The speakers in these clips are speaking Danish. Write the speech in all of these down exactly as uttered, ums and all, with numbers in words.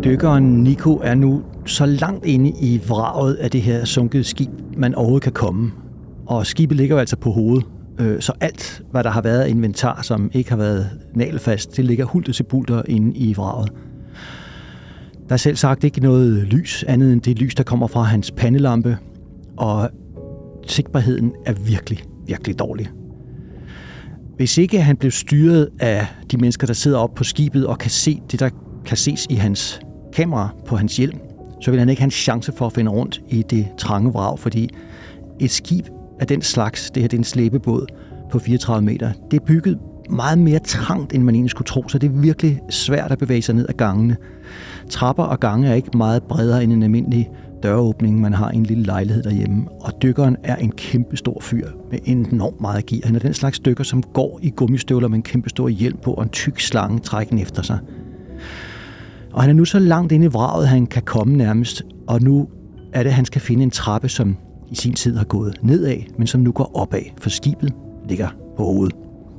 Dykkeren Nico er nu så langt inde i vraget af det her sunkede skib, man overhovedet kan komme. Og skibet ligger jo altså på hovedet, så alt, hvad der har været af inventar, som ikke har været nagelfast, det ligger hulter til bulter inde i vraget. Der er selv sagt ikke noget lys, andet end det lys, der kommer fra hans pandelampe, og sigtbarheden er virkelig, virkelig dårlig. Hvis ikke han blev styret af de mennesker, der sidder oppe på skibet og kan se det, der kan ses i hans kamera på hans hjelm, så vil han ikke have en chance for at finde rundt i det trange vrag, fordi et skib af den slags, det her det er en slæbebåd på fireogtredive meter, det er bygget meget mere trangt, end man egentlig skulle tro, så det er virkelig svært at bevæge sig ned ad gangene. Trapper og gange er ikke meget bredere end en almindelig døråbning, man har i en lille lejlighed derhjemme. Og dykkeren er en kæmpe stor fyr med enormt meget gear. Han er den slags dykker, som går i gummistøvler med en kæmpe stor hjelm på og en tyk slange trækken efter sig. Og han er nu så langt inde i vraget, han kan komme nærmest, og nu er det, at han skal finde en trappe, som i sin tid har gået nedad, men som nu går opad, for skibet ligger på hovedet.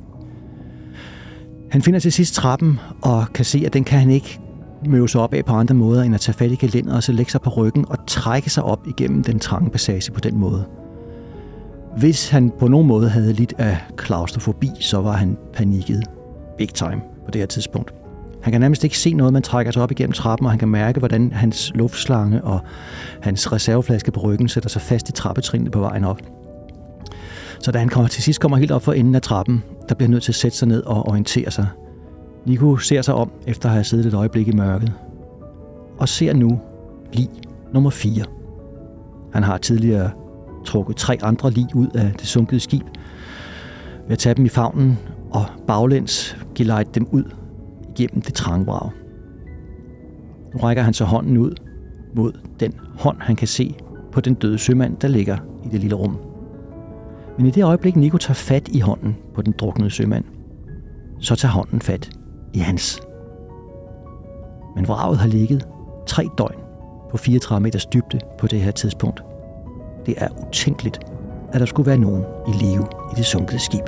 Han finder til sidst trappen og kan se, at den kan han ikke møve sig op af på andre måder, end at tage fat i gelænderet og så lægge sig på ryggen og trække sig op igennem den trange passage på den måde. Hvis han på nogen måde havde lidt af klaustrofobi, så var han panikket big time på det her tidspunkt. Han kan nærmest ikke se noget, man trækker sig op igennem trappen, og han kan mærke, hvordan hans luftslange og hans reserveflaske på ryggen sætter sig fast i trappetrinene på vejen op. Så da han kommer, til sidst kommer helt op for enden af trappen, der bliver han nødt til at sætte sig ned og orientere sig. Nico ser sig om, efter at have siddet et øjeblik i mørket, og ser nu lig nummer fire. Han har tidligere trukket tre andre lig ud af det sunkede skib, ved at tage dem i favnen og baglæns gelejte dem ud igennem det trange vrag. Nu rækker han så hånden ud mod den hånd, han kan se på den døde sømand, der ligger i det lille rum. Men i det øjeblik, Nico tager fat i hånden på den druknede sømand, så tager hånden fat i hans. Men vraget har ligget tre døgn på fireogtredive meters dybde på det her tidspunkt. Det er utænkeligt, at der skulle være nogen i live i det sunkede skib.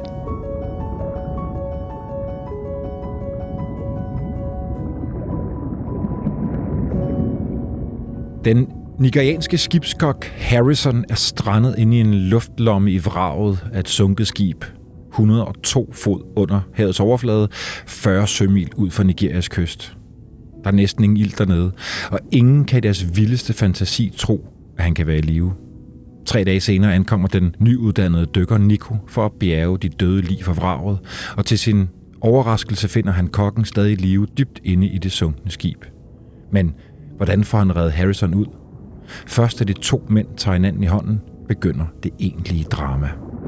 Den nigerianske skibskok Harrison er strandet inde i en luftlomme i vraget af et sunket skib, et hundrede og to fod under havets overflade, fyrre sømil ud fra Nigerias kyst. Der er næsten ingen ild dernede, og ingen kan i deres vildeste fantasi tro, at han kan være i live. Tre dage senere ankommer den nyuddannede dykker Nico for at bjerge de døde lig fra vraget, og til sin overraskelse finder han kokken stadig i live dybt inde i det sunkne skib. Men hvordan får han reddet Harrison ud? Først da de to mænd tager hinanden i hånden, begynder det egentlige drama.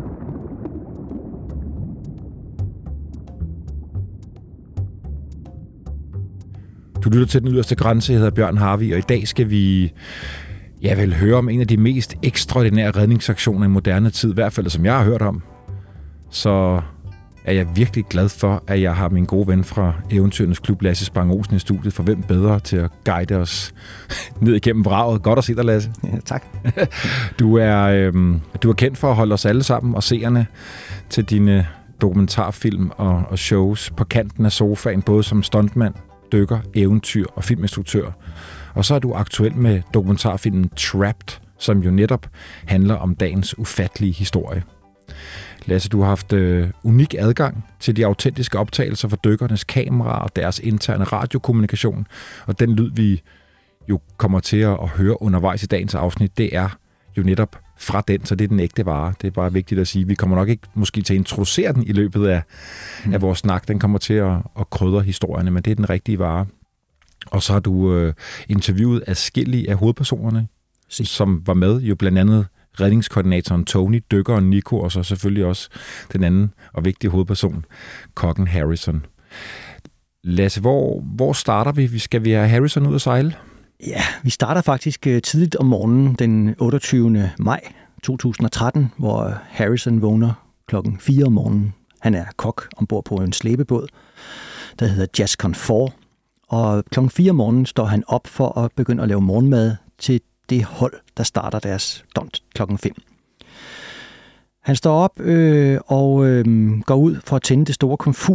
Du lytter til Den Yderste Grænse. Jeg hedder Bjørn Harvig, og i dag skal vi ja, vel høre om en af de mest ekstraordinære redningsaktioner i moderne tid, i hvert fald som jeg har hørt om. Så er jeg virkelig glad for, at jeg har min gode ven fra Eventyrernes Klub, Lasse Spang Olsen, i studiet. For hvem bedre til at guide os ned igennem vraget. Godt at se dig, Lasse. Ja, tak. Du er, øhm, du er kendt for at holde os alle sammen og seerne til dine dokumentarfilm og, og shows på kanten af sofaen, både som stuntmand, dykker, eventyr og filminstruktør. Og så er du aktuel med dokumentarfilmen Trapped, som jo netop handler om dagens ufattelige historie. Lasse, du har haft øh, unik adgang til de autentiske optagelser fra dykkernes kameraer og deres interne radiokommunikation, og den lyd, vi jo kommer til at, at høre undervejs i dagens afsnit, det er jo netop fra den, så det er den ægte vare. Det er bare vigtigt at sige. Vi kommer nok ikke måske til at introducere den i løbet af, mm. af vores snak. Den kommer til at, at krydre historierne, men det er den rigtige vare. Og så har du øh, interviewet adskillige af hovedpersonerne, si. som var med, jo blandt andet redningskoordinatoren Tony, dykkeren Nico, og så selvfølgelig også den anden og vigtige hovedperson, kokken Harrison. Lasse, hvor, hvor starter vi? Skal vi have Harrison ud at sejle? Ja, vi starter faktisk tidligt om morgenen den otteogtyvende maj to tusind og tretten, hvor Harrison vågner klokken fire om morgenen. Han er kok ombord på en slæbebåd, der hedder Jascon fire. Og klokken fire om morgenen står han op for at begynde at lave morgenmad til det hold, der starter deres stunt klokken fem. Han står op øh, og øh, går ud for at tænde det store komfur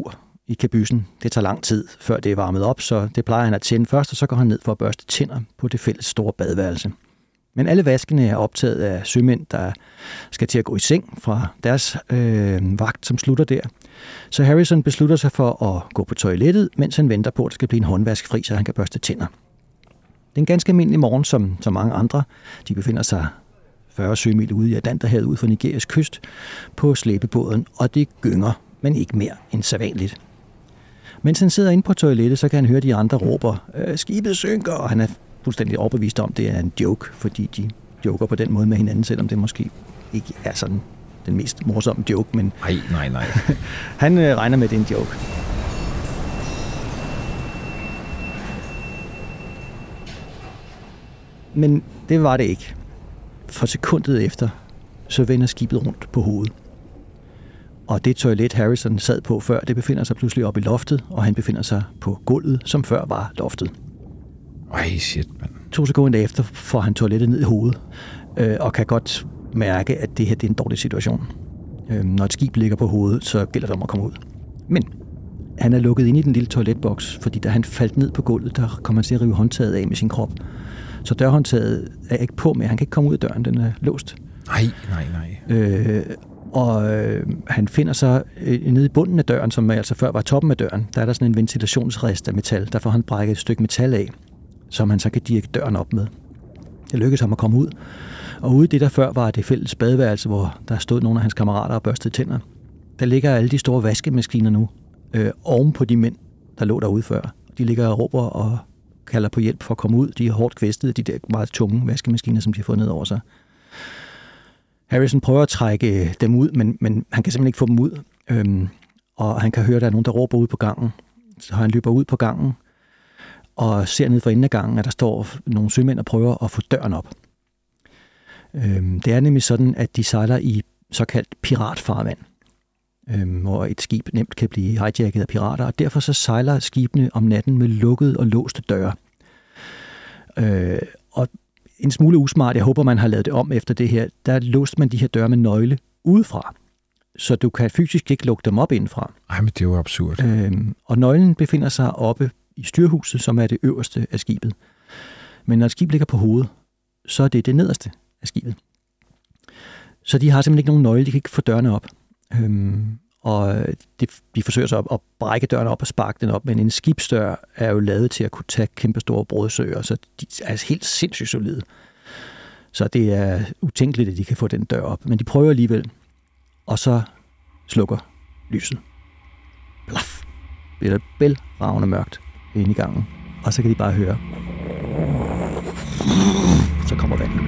i kabyssen. Det tager lang tid, før det er varmet op, så det plejer han at tænde først, og så går han ned for at børste tænder på det fælles store badeværelse. Men alle vaskene er optaget af sømænd, der skal til at gå i seng fra deres øh, vagt, som slutter der. Så Harrison beslutter sig for at gå på toilettet, mens han venter på, at der skal blive en håndvask fri, så han kan børste tænder. Det er en ganske almindelig morgen, som, som mange andre. De befinder sig fyrre sømil ude i Atlanterhavet ud for Nigerias kyst på slæbebåden, og det gynger, men ikke mere end sædvanligt. Mens han sidder inde på toilettet, så kan han høre de andre råber, skibet synker, og han er fuldstændig overbevist om, det er en joke, fordi de joker på den måde med hinanden, selvom det måske ikke er sådan den mest morsomme joke, men nej, nej, nej. han øh, regner med, at det er en joke. Men det var det ikke. For sekundet efter, så vender skibet rundt på hovedet. Og det toilet, Harrison sad på før, det befinder sig pludselig oppe i loftet, og han befinder sig på gulvet, som før var loftet. Ej, shit, mand. To sekunder efter får han toilettet ned i hovedet, øh, og kan godt mærke, at det her det er en dårlig situation. Øh, når et skib ligger på hovedet, så gælder det om at komme ud. Men han er lukket ind i den lille toiletboks, fordi da han faldt ned på gulvet, der kom han til at rive håndtaget af med sin krop. Så dørhåndtaget er ikke på med, han kan ikke komme ud af døren, den er låst. Nej, nej, nej. Øh, og øh, han finder sig øh, nede i bunden af døren, som altså før var toppen af døren. Der er der sådan en ventilationsrest af metal. Der får han brækket et stykke metal af, som han så kan dirke døren op med. Det lykkedes ham at komme ud. Og ude i det, der før var det fælles badeværelse, hvor der stod nogle af hans kammerater og børstede tænder. Der ligger alle de store vaskemaskiner nu, øh, oven på de mænd, der lå derude før. De ligger og råber og kalder på hjælp for at komme ud. De er hårdt kvæstede, de der meget tunge vaskemaskiner, som de har fået ned over sig. Harrison prøver at trække dem ud, men, men han kan simpelthen ikke få dem ud. Øhm, og han kan høre, at der er nogen, der råber ud på gangen. Så han løber ud på gangen og ser ned for enden af gangen, at der står nogle sømænd og prøver at få døren op. Øhm, det er nemlig sådan, at de sejler i såkaldt piratfarvand, øhm, hvor et skib nemt kan blive hijacket af pirater, og derfor så sejler skibene om natten med lukkede og låste døre. Øh, og en smule usmart, jeg håber, man har lavet det om efter det her, der låste man de her døre med nøgle udefra, så du kan fysisk ikke lukke dem op indenfra. Ej, men det er jo absurd. Øhm, og nøglen befinder sig oppe i styrhuset, som er det øverste af skibet. Men når et skib ligger på hovedet, så er det det nederste af skibet. Så de har simpelthen ikke nogen nøgle, de kan ikke få dørene op. Øhm, og det, de forsøger så at, at brække døren op og sparke den op, men en skibsdør er jo lavet til at kunne tage kæmpestore brødsøger, så de er helt sindssygt solide. Så det er utænkeligt, at de kan få den dør op. Men de prøver alligevel, og så slukker lyset. Blaf! Bliver der bælragende mørkt inde i gangen, og så kan de bare høre. Så kommer vandet.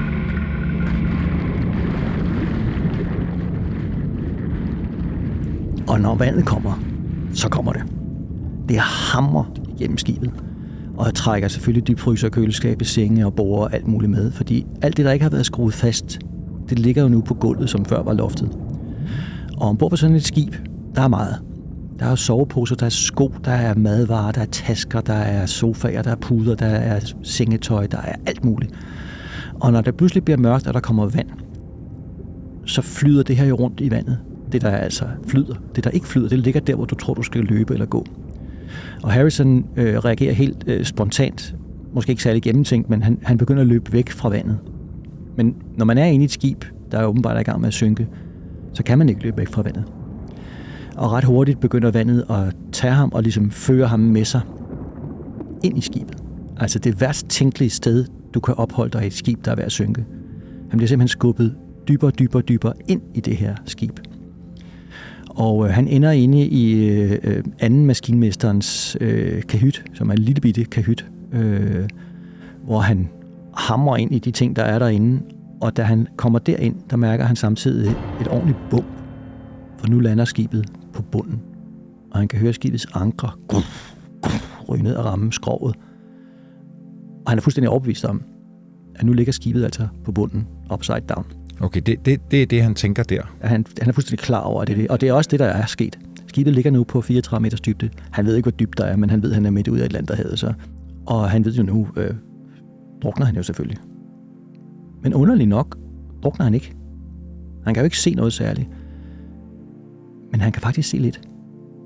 Og når vandet kommer, så kommer det. Det hamrer igennem skibet. Og jeg trækker selvfølgelig dybfryser, køleskabe, senge og borde og alt muligt med. Fordi alt det, der ikke har været skruet fast, det ligger jo nu på gulvet, som før var loftet. Og ombord på sådan et skib, der er meget. Der er soveposer, der er sko, der er madvarer, der er tasker, der er sofaer, der er puder, der er sengetøj, der er alt muligt. Og når det pludselig bliver mørkt, og der kommer vand, så flyder det her jo rundt i vandet. Det, der altså flyder. Det, der ikke flyder, det ligger der, hvor du tror, du skal løbe eller gå. Og Harrison øh, reagerer helt øh, spontant, måske ikke særlig gennemtænkt, men han, han begynder at løbe væk fra vandet. Men når man er inde i et skib, der er åbenbart er i gang med at synke, så kan man ikke løbe væk fra vandet. Og ret hurtigt begynder vandet at tage ham og ligesom føre ham med sig ind i skibet. Altså det værst tænkelige sted, du kan opholde dig i et skib, der er ved at synke. Han bliver simpelthen skubbet dybere, dybere, dybere ind i det her skib. Og øh, han ender inde i øh, anden maskinmesterens øh, kahyt, som er en lille bitte kahyt, øh, hvor han hamrer ind i de ting, der er derinde. Og da han kommer derind, der mærker han samtidig et ordentligt bump, for nu lander skibet på bunden. Og han kan høre skibets ankre ryge ned og ramme skroget. Og han er fuldstændig overbevist om, at nu ligger skibet altså på bunden, upside down. Okay, det, det, det er det, han tænker der. Han, han er fuldstændig klar over det, og det er også det, der er sket. Skibet ligger nu på fireogtredive meters dybde. Han ved ikke, hvor dybt der er, men han ved, at han er midt ude af Atlanterhavet. Så. Og han ved jo nu, øh, drukner han jo selvfølgelig. Men underligt nok, drukner han ikke. Han kan jo ikke se noget særligt. Men han kan faktisk se lidt.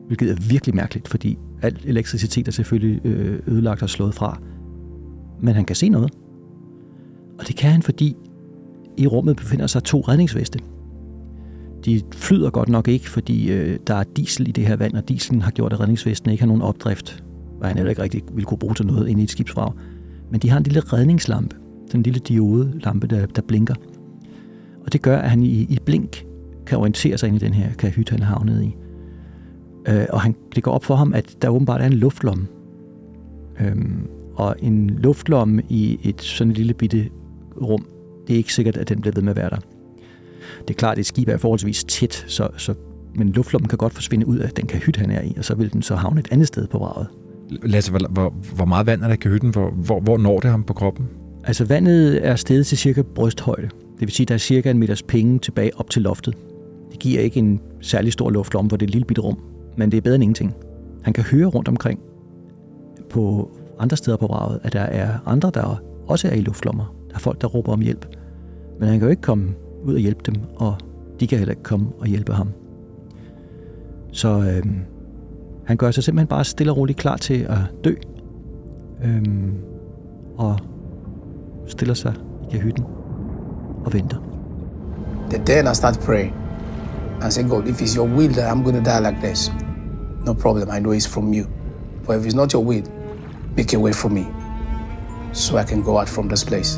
hvilket er virkelig mærkeligt, fordi al elektricitet er selvfølgelig øh, ødelagt og slået fra. Men han kan se noget. Og det kan han, fordi i rummet befinder sig to redningsveste. De flyder godt nok ikke, fordi øh, der er diesel i det her vand, og dieselen har gjort, at redningsvesten ikke har nogen opdrift, og han heller ikke rigtig ville kunne bruge til noget inde i et skibsvrag. Men de har en lille redningslampe, den lille diodelampe, der, der blinker. Og det gør, at han i, i blink kan orientere sig ind i den her kahyt, han er havnet i. Øh, og han, det går op for ham, at der åbenbart er en luftlomme. Øhm, og en luftlomme i et sådan et lille bitte rum, det er ikke sikkert, at den bliver ved med at være der. Det er klart, at et skib er forholdsvis tæt, så, så, men luftlommen kan godt forsvinde ud af den kahyt, han er i, og så vil den så havne et andet sted på vraget. Lasse, hvor, hvor, hvor meget vand er der i kahytten? Hvor, hvor, hvor når det ham på kroppen? Altså vandet er steget til cirka brysthøjde. Det vil sige, at der er cirka en meters penge tilbage op til loftet. Det giver ikke en særlig stor luftlomme, hvor det er et lille bitte rum, men det er bedre end ingenting. Han kan høre rundt omkring på andre steder på vraget, at der er andre, der også er i luftlommer. Der er folk, der råber om hjælp. Men han kan jo ikke komme ud og hjælpe dem, og de kan heller ikke komme og hjælpe ham. Så øhm, han gør sig simpelthen bare stille og roligt klar til at dø. Øhm, og stiller sig i kahytten og venter. Then I start praying and say, God, if it's your will that I'm going to die like this, no problem, I know it's from you. But if it's not your will, make a way for me so I can go out from this place.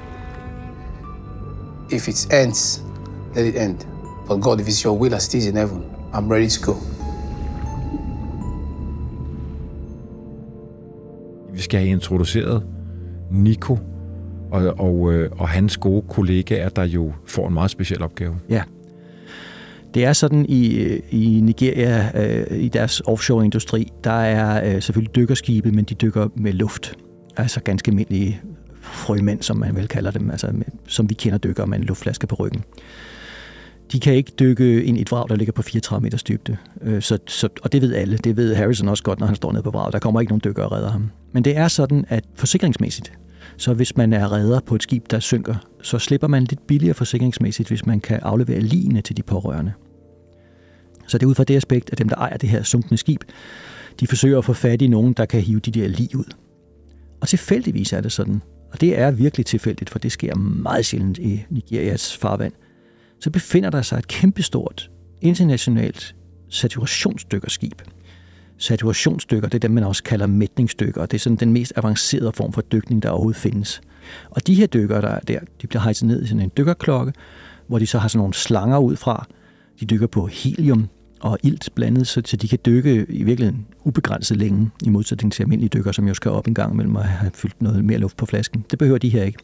If it ends, let it end. But God, if it's your will as it is in heaven, I'm ready to go. Vi skal have introduceret Nico og, og, og hans gode kollegaer, der jo får en meget speciel opgave. Ja. Det er sådan i, i Nigeria, øh, i deres offshore-industri, der er øh, selvfølgelig dykkerskibe, men de dykker med luft. Altså ganske almindelige frømænd, som man vel kalder dem, altså med, som vi kender dykker med en luftflaske på ryggen. De kan ikke dykke ind i et vrag, der ligger på fireogtredive meters dybde. Øh, så, så, og det ved alle. Det ved Harrison også godt, når han står nede på vraget. Der kommer ikke nogen dykker og redder ham. Men det er sådan, at forsikringsmæssigt, så hvis man er redder på et skib, der synker, så slipper man lidt billigere forsikringsmæssigt, hvis man kan aflevere ligene til de pårørende. Så det er ud fra det aspekt, at dem, der ejer det her sunkne skib, de forsøger at få fat i nogen, der kan hive de der lig ud. Og tilfældigvis er det sådan, og det er virkelig tilfældigt, for det sker meget sjældent i Nigerias farvand, så befinder der sig et kæmpestort internationalt saturationsdykkerskib. Saturationsdykker, det er dem, man også kalder mætningsdykker, og det er sådan den mest avancerede form for dykning, der overhovedet findes. Og de her dykkere, der er der, de bliver hejset ned i sådan en dykkerklokke, hvor de så har sådan nogle slanger ud fra. De dykker på helium og ilt blandet, så de kan dykke i virkeligheden ubegrænset længe, i modsætning til almindelige dykker, som jo skal op en gang mellem at have fyldt noget mere luft på flasken. Det behøver de her ikke.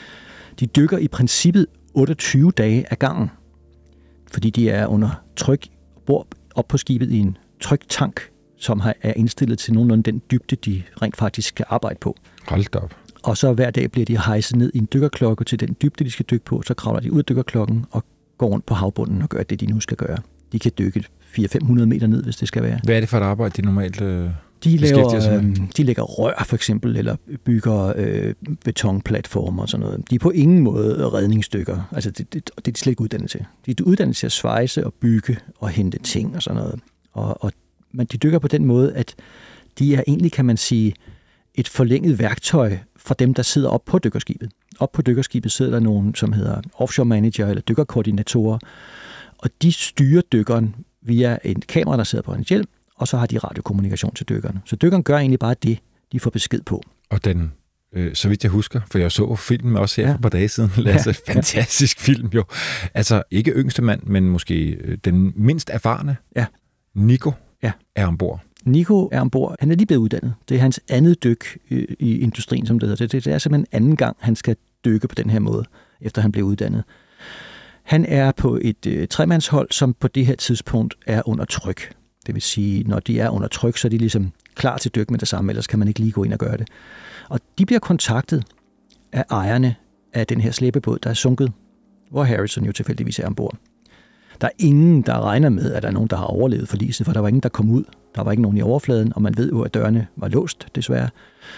De dykker i princippet otteogtyve dage ad gangen, fordi de er under tryk og bor op på skibet i en tryktank, som er indstillet til nogenlunde den dybde, de rent faktisk skal arbejde på. Hold da op. Og så hver dag bliver de hejset ned i en dykkerklokke til den dybde, de skal dykke på, så kravler de ud af dykkerklokken og går rundt på havbunden og gør det, de nu skal gøre. De kan dykke fire til fem hundrede meter ned, hvis det skal være. Hvad er det for et arbejde, de normalt øh, de laver, øh, de lægger rør, for eksempel, eller bygger øh, betonplatformer og sådan noget. De er på ingen måde redningsdykker. Altså, det, det, det er de slet ikke uddannet til. De er uddannet til at svejse og bygge og hente ting og sådan noget. Og, og, men de dykker på den måde, at de er egentlig, kan man sige, et forlænget værktøj for dem, der sidder op på dykkerskibet. Op på dykkerskibet sidder der nogen, som hedder offshore manager eller dykkerkoordinatorer, og de styrer dykkeren via en kamera, der sidder på en hjelm, og så har de radiokommunikation til dykkerne. Så dykkeren gør egentlig bare det, de får besked på. Og den, øh, så vidt jeg husker, for jeg så filmen også her ja. for et par dage siden, Lasse, ja. fantastisk film jo. Altså ikke yngste mand, men måske den mindst erfarne. Ja. Nico ja. er ombord. Nico er ombord. Han er lige blevet uddannet. Det er hans andet dyk i industrien, som det hedder. Det er simpelthen anden gang, han skal dykke på den her måde, efter han blev uddannet. Han er på et øh, tremandshold, som på det her tidspunkt er under tryk. Det vil sige, når de er under tryk, så er de ligesom klar til at dykke med det samme, ellers kan man ikke lige gå ind og gøre det. Og de bliver kontaktet af ejerne af den her slæbebåd, der er sunket, hvor Harrison jo tilfældigvis er ombord. Der er ingen, der regner med, at der er nogen, der har overlevet forliset, for der var ingen, der kom ud. Der var ikke nogen i overfladen, og man ved jo, at dørene var låst, desværre.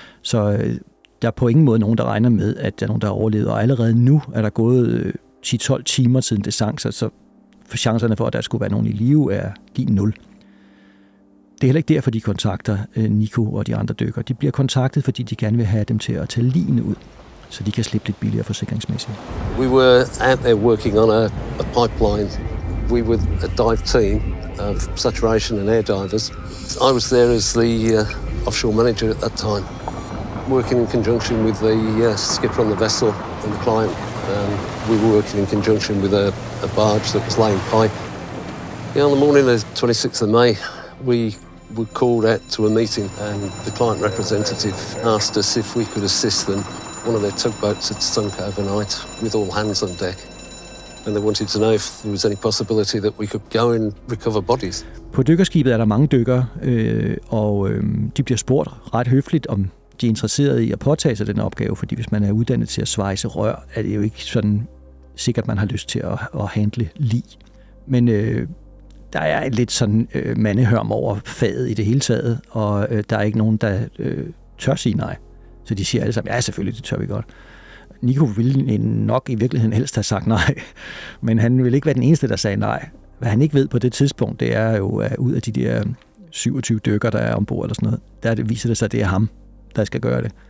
Så øh, der er på ingen måde nogen, der regner med, at der er nogen, der har overlevet. Og allerede nu er der gået øh, ti til tolv timer siden det sank sig, så for chancerne for, at der skulle være nogen i live, er lige nul. Det er heller ikke derfor, de kontakter øh, Nico og de andre dykkere. De bliver kontaktet, fordi de gerne vil have dem til at tage ligene ud, så de kan slippe lidt billigere forsikringsmæssigt. We were out there working on a, a pipeline. We were a dive team of saturation and air divers. I was there as the uh, offshore manager at that time, working in conjunction with the uh, skipper on the vessel and the client. Um, we were working in conjunction with a, a barge that was laying pipe. Yeah, on the morning of the twenty-sixth of May, we were called out to a meeting, and the client representative asked us if we could assist them. One of their tugboats had sunk overnight with all hands on deck, and they wanted to know if there was any possibility that we could go and recover bodies. På dykkerskibet er der mange dykkere, øh, og øh, de bliver spurgt ret høfligt, om de er interesserede i at påtage sig den opgave, fordi hvis man er uddannet til at svejse rør, er det jo ikke sådan sikkert, man har lyst til at, at handle lig. Men øh, der er lidt sådan øh, mandehørm over faget i det hele taget, og øh, der er ikke nogen, der øh, tør sige nej. Så de siger alle sammen, ja, selvfølgelig, det tør vi godt. Nico ville nok i virkeligheden helst have sagt nej, men han ville ikke være den eneste, der sagde nej. Hvad han ikke ved på det tidspunkt, det er jo, at ud af de der syvogtyve dykker, der er ombord eller sådan noget, der det viser det sig, at det er ham, der skal gøre det.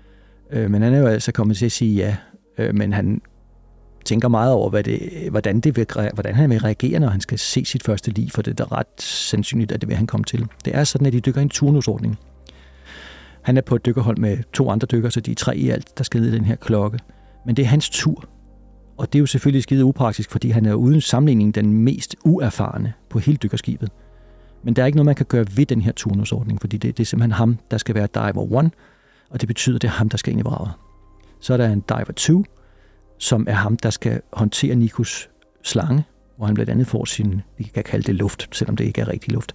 Men han er jo altså kommet til at sige ja, men han tænker meget over, hvad det, hvordan, det vil, hvordan han vil reagere, når han skal se sit første lig, for det er ret sandsynligt, at det vil han komme til. Det er sådan, at de dykker i en turnusordning. Han er på et dykkerhold med to andre dykkere, så de er tre i alt, der skal ned i den her klokke. Men det er hans tur. Og det er jo selvfølgelig skide upraktisk, fordi han er uden sammenligning den mest uerfarne på hele dykkerskibet. Men der er ikke noget, man kan gøre ved den her turnusordning, fordi det, det er simpelthen ham, der skal være diver one, og det betyder, at det er ham, der skal ind i vraget. Så er der en diver to, som er ham, der skal håndtere Nikos slange, hvor han blandt andet får sin, vi kan kalde det luft, selvom det ikke er rigtig luft.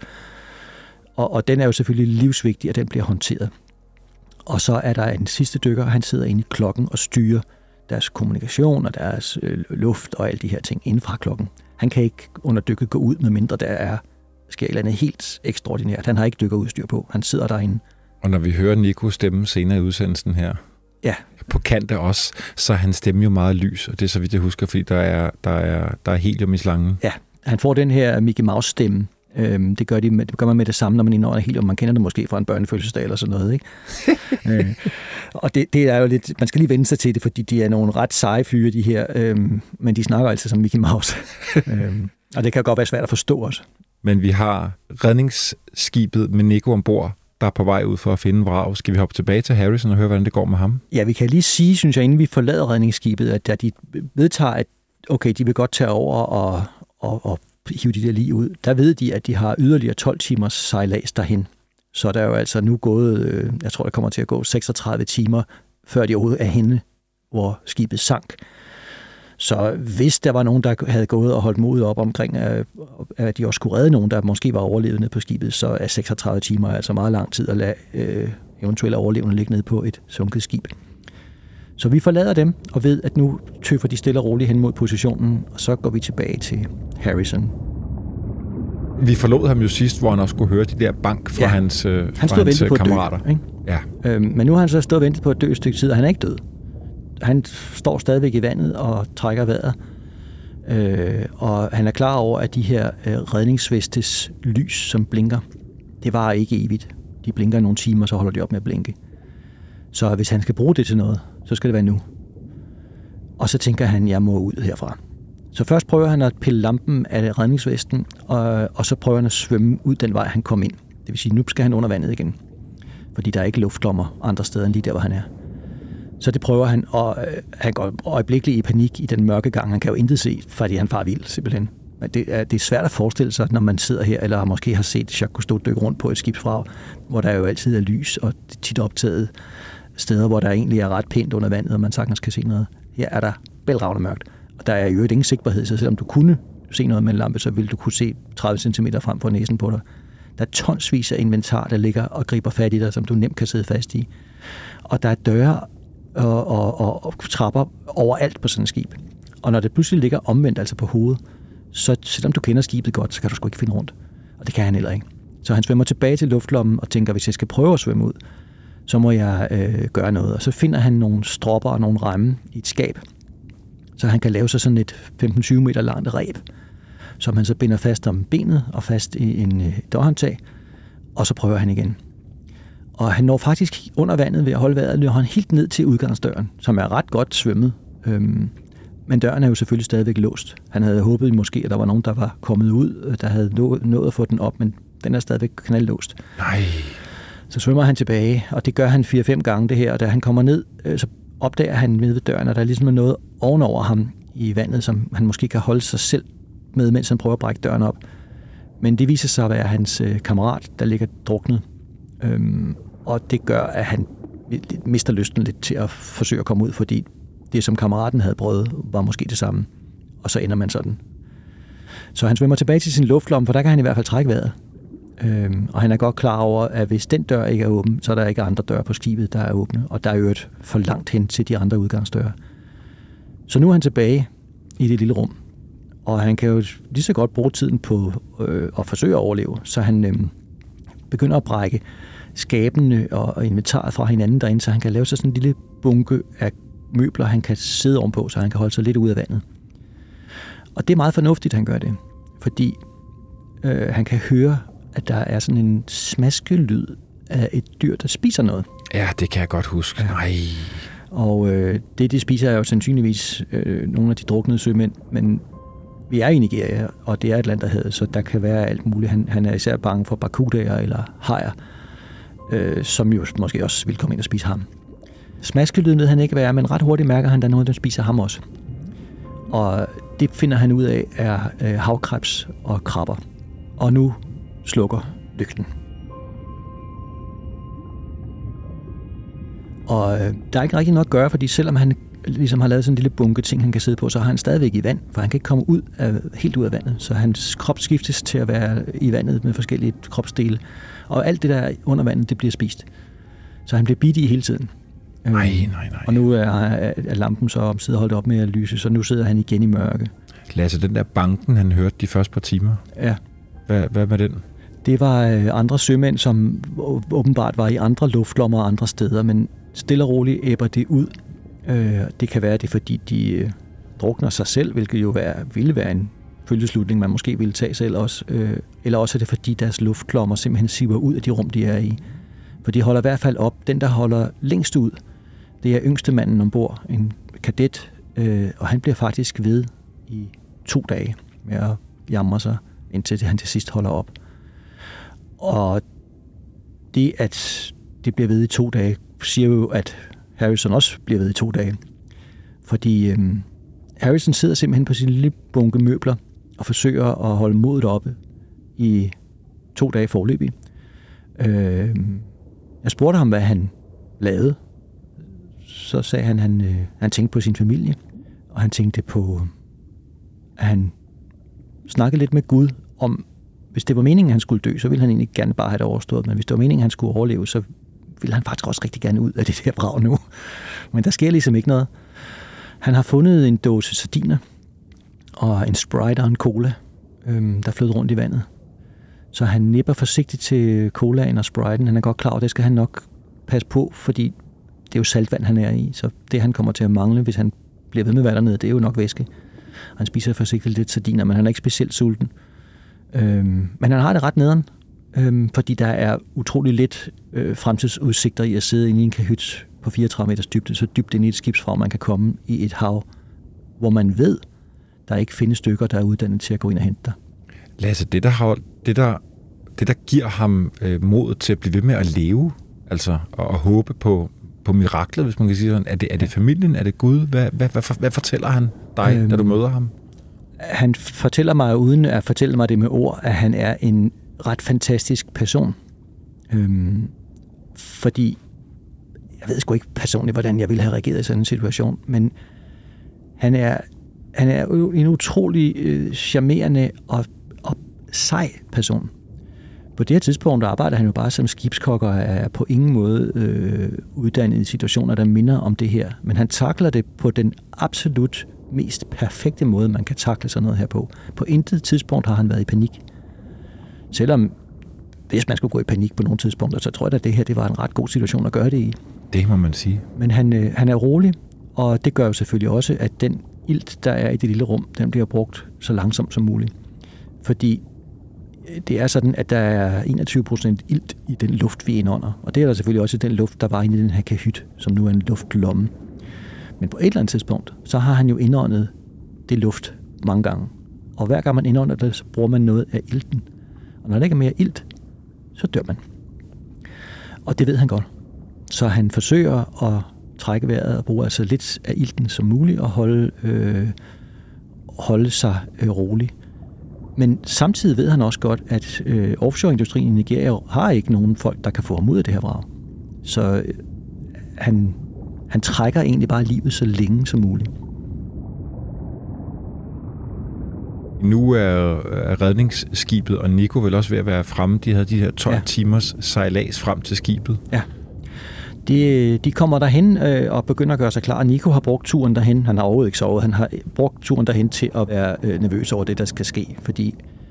Og, og den er jo selvfølgelig livsvigtig, at den bliver håndteret. Og så er der en sidste dykker, og han sidder inde i klokken og styrer deres kommunikation og deres øh, luft og alle de her ting inden fra klokken. Han kan ikke under dykket gå ud, medmindre der er sker et eller andet helt ekstraordinært. Han har ikke dykkerudstyr på. Han sidder derinde. Og når vi hører Nico stemme senere i udsendelsen her, ja. På kant af os, så er hans stemme jo meget lys, og det er så vidt jeg husker, fordi der er, der er, der er helium i slangen. Ja, han får den her Mickey Mouse stemme. Øhm, det, gør de med, det gør man med det samme, når man indånder helium. Man kender det måske fra en børnefødselsdag eller sådan noget, ikke? øh, og det, det er jo lidt, man skal lige vende sig til det, fordi de er nogle ret seje fyre, de her, øhm, men de snakker altid som Mickey Mouse. øhm, og det kan godt være svært at forstå os. Men vi har redningsskibet med Nico ombord, der er på vej ud for at finde vrag. Skal vi hoppe tilbage til Harrison og høre, hvordan det går med ham? Ja, vi kan lige sige, synes jeg, inden vi forlader redningsskibet, at da de vedtager, at okay, de vil godt tage over og, og, og hive de der lige ud, der ved de, at de har yderligere tolv timers sejlads derhen. Så der er jo altså nu gået, jeg tror, der kommer til at gå seksogtredive timer, før de overhovedet er henne, hvor skibet sank. Så hvis der var nogen, der havde gået og holdt modet op omkring, at de også skulle redde nogen, der måske var overlevende på skibet, så er seksogtredive timer altså meget lang tid at lade øh, eventuelle overlevende ligge nede på et sunket skib. Så vi forlader dem og ved, at nu tøffer de stille og roligt hen mod positionen, og så går vi tilbage til Harrison. Vi forlod ham jo sidst, hvor han også kunne høre de der bank fra ja, hans, øh, han fra hans kammerater. Dø, ikke? Ja. Øhm, men nu har han så stået og ventet på et dø et stykke tid, og han er ikke død. Han står stadigvæk i vandet og trækker vejret. Øh, og han er klar over, at de her øh, redningsvestes lys, som blinker, det varer ikke evigt. De blinker i nogle timer, så holder de op med at blinke. Så hvis han skal bruge det til noget, så skal det være nu. Og så tænker han, jeg må ud herfra. Så først prøver han at pille lampen af redningsvesten, og, og så prøver han at svømme ud den vej, han kom ind. Det vil sige, nu skal han under vandet igen. Fordi der er ikke luftlommer andre steder end lige der, hvor han er. Så det prøver han, og øh, han går øjeblikkeligt i panik i den mørke gang. Han kan jo intet se, fordi han farer vild, simpelthen. Men det er, det er svært at forestille sig, når man sidder her, eller måske har set Jacques Cousteau dykke rundt på et skibsvrag, hvor der jo altid er lys, og tit optaget steder, hvor der egentlig er ret pænt under vandet, og man sagtens kan se noget. Her er der bælragende mørkt, og der er jo ingen sigtbarhed, så selvom du kunne se noget med en lampe, så ville du kunne se tredive centimeter frem for næsen på dig. Der er tonsvis af inventar, der ligger og griber fat i dig, som du nemt kan sidde fast i. Og der er døre og, og, og, og trapper overalt på sådan et skib. Og når det pludselig ligger omvendt, altså på hovedet, så selvom du kender skibet godt, så kan du sgu ikke finde rundt. Og det kan han heller ikke. Så han svømmer tilbage til luftlommen og tænker, hvis jeg skal prøve at svømme ud, så må jeg øh, gøre noget. Og så finder han nogle stropper og nogle remme i et skab, så han kan lave sig sådan et femten til tyve meter langt reb, som han så binder fast om benet og fast i en øh, dørhåndtag. og så prøver han igen. Og han når faktisk under vandet ved at holde vejret, løber han helt ned til udgangsdøren, som er ret godt svømmet. Øhm, men døren er jo selvfølgelig stadigvæk låst. Han havde håbet måske, at der var nogen, der var kommet ud, der havde nået at få den op, men den er stadigvæk knaldlåst. Nej. Så svømmer han tilbage, og det gør han fire-fem gange det her, og da han kommer ned, så opdager han nede ved døren, og der er ligesom noget ovenover ham i vandet, som han måske kan holde sig selv med, mens han prøver at brække døren op. Men det viser sig at være hans øh, kammerat, der ligger druknet. Øhm, og det gør, at han mister lysten lidt til at forsøge at komme ud, fordi det, som kammeraten havde prøvet, var måske det samme. Og så ender man sådan. Så han svømmer tilbage til sin luftlomme, for der kan han i hvert fald trække vejret. Øhm, og han er godt klar over, at hvis den dør ikke er åben, så er der ikke andre døre på skibet, der er åbne. Og der er jo et for langt hen til de andre udgangsdøre. Så nu er han tilbage i det lille rum. Og han kan jo lige så godt bruge tiden på øh, at forsøge at overleve. Så han øh, begynder at brække skabene og inventaret fra hinanden derinde, så han kan lave sig sådan en lille bunke af møbler, han kan sidde ovenpå, så han kan holde sig lidt ud af vandet. Og det er meget fornuftigt, at han gør det. Fordi øh, han kan høre, at der er sådan en smaskelyd af et dyr, der spiser noget. Ja, det kan jeg godt huske. Ja. Nej. Og øh, det, de spiser, er jo sandsynligvis øh, nogle af de druknede sømænd, men vi er i Nigeria, og det er et land, der hedder, så der kan være alt muligt. Han, han er især bange for barracudaer eller hajer, øh, som jo måske også vil komme ind og spise ham. Smaskelyden ved han ikke være, men ret hurtigt mærker han, at der er nogen, der spiser ham også. Og det finder han ud af, er øh, havkrebs og krabber. Og nu slukker lygten. Og øh, der er ikke rigtig noget at gøre, fordi selvom han ligesom har lavet sådan en lille bunke ting, han kan sidde på, så har han stadigvæk i vand, for han kan ikke komme ud af, helt ud af vandet. Så hans krop skiftes til at være i vandet med forskellige kropsdele. Og alt det der under vandet, det bliver spist. Så han bliver bidt i hele tiden. Nej, nej, nej. Og nu er, er lampen så omsider holdt op med at lyse, så nu sidder han igen i mørke. Lasse, den der banken, han hørte de første par timer. Ja. Hvad, hvad var den? Det var andre sømænd, som åbenbart var i andre luftlommer og andre steder, men stille og roligt æbber det ud. Det kan være, det er, fordi de drukner sig selv, hvilket jo være, ville være en følgeslutning, man måske ville tage selv også. Eller også er det, fordi deres luftklommer simpelthen siver ud af de rum, de er i. For de holder i hvert fald op. Den, der holder længst ud, det er yngste manden ombord, en kadet, og han bliver faktisk ved i to dage med at jamre sig, indtil han til sidst holder op. Og det, at det bliver ved i to dage, siger jo, at Harrison også bliver ved i to dage. Fordi øhm, Harrison sidder simpelthen på sin lille bunke møbler og forsøger at holde modet oppe i to dage forløbig. Øhm, jeg spurgte ham, hvad han lavede. Så sagde han, at han, øh, han tænkte på sin familie, og han tænkte på, at han snakkede lidt med Gud om, hvis det var meningen, at han skulle dø, så ville han egentlig gerne bare have det overstået, men hvis det var meningen, at han skulle overleve, så ville han faktisk også rigtig gerne ud af det der brag nu. Men der sker ligesom ikke noget. Han har fundet en dåse sardiner og en Sprite og en cola, øhm, der flød rundt i vandet. Så han nipper forsigtigt til colaen og Spriten. Han er godt klar over, det skal han nok passe på, fordi det er jo saltvand, han er i. Så det, han kommer til at mangle, hvis han bliver ved med at være dernede, det er jo nok væske. Han spiser forsigtigt lidt sardiner, men han er ikke specielt sulten. Øhm, men han har det ret nederen, øhm, fordi der er utrolig lidt øh, fremtidsudsigter i at sidde inde i en kahyt på fireogtredive meters dybde, så dybt inde i et skibsvrag, man kan komme i et hav, hvor man ved, der ikke findes stykker, der er uddannet til at gå ind og hente dig. Lasse, det der, har, det der, det der giver ham øh, modet til at blive ved med at leve, altså og, og håbe på, på miraklet, hvis man kan sige sådan, er det, er det familien, er det Gud? Hvad, hvad, hvad, hvad fortæller han dig, øhm, da du møder ham? Han fortæller mig, uden at fortælle mig det med ord, at han er en ret fantastisk person. Øhm, fordi, jeg ved sgu ikke personligt, hvordan jeg ville have reageret i sådan en situation, men han er, han er en utrolig øh, charmerende og, og sej person. På det her tidspunkt arbejder han jo bare som skibskokker og er på ingen måde øh, uddannet i situationer, der minder om det her. Men han takler det på den absolut mest perfekte måde, man kan takle sådan noget her på. På intet tidspunkt har han været i panik. Selvom, hvis man skulle gå i panik på nogle tidspunkter, så tror jeg, at det her det var en ret god situation at gøre det i. Det må man sige. Men han, øh, han er rolig, og det gør jo selvfølgelig også, at den ilt, der er i det lille rum, den bliver brugt så langsomt som muligt. Fordi det er sådan, at der er enogtyve procent ilt i den luft, vi indånder. Og det er der selvfølgelig også i den luft, der var inde i den her kahyt, som nu er en luftlomme. Men på et eller andet tidspunkt, så har han jo indåndet det luft mange gange. Og hver gang man indånder det, så bruger man noget af ilten. Og når der ikke er mere ilt, så dør man. Og det ved han godt. Så han forsøger at trække vejret og bruge altså lidt af ilten som muligt og holde, øh, holde sig øh, rolig. Men samtidig ved han også godt, at øh, offshore-industrien i Nigeria har ikke nogen folk, der kan få ham ud af det her vrag. Så øh, han, han trækker egentlig bare livet så længe som muligt. Nu er, er redningsskibet og Nico vel også ved at være fremme. De havde de her tolv ja. timers sejlads frem til skibet. Ja. De, de kommer derhen øh, og begynder at gøre sig klar. Nico har brugt turen derhen. Han har overhovedet ikke sovet. Han har brugt turen derhen til at være øh, nervøs over det, der skal ske. Fordi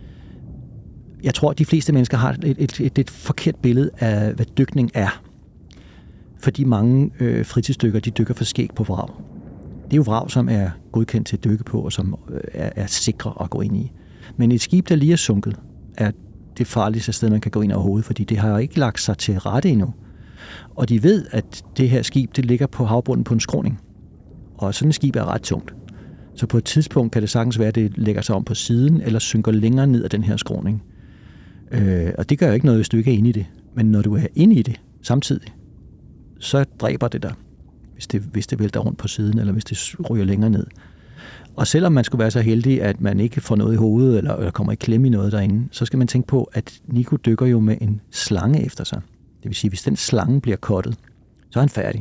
jeg tror, at de fleste mennesker har et, et, et, et forkert billede af, hvad dykning er. Fordi mange øh, fritidsdykker, de dykker for skæg på vrag. Det er jo vrag, som er godkendt til at dykke på, og som øh, er, er sikre at gå ind i. Men et skib, der lige er sunket, er det farligste sted, man kan gå ind overhovedet, fordi det har jo ikke lagt sig til rette endnu. Og de ved, at det her skib, det ligger på havbunden på en skråning. Og sådan et skib er ret tungt. Så på et tidspunkt kan det sagtens være, at det lægger sig om på siden, eller synker længere ned af den her skråning. Øh, og det gør jo ikke noget, hvis du ikke er inde i det. Men når du er inde i det samtidig, så dræber det dig, hvis det, hvis det vælter rundt på siden, eller hvis det ryger længere ned. Og selvom man skulle være så heldig, at man ikke får noget i hovedet, eller, eller kommer i klemme i noget derinde, så skal man tænke på, at Nico dykker jo med en slange efter sig. Det vil sige, hvis den slange bliver kottet, så er han færdig.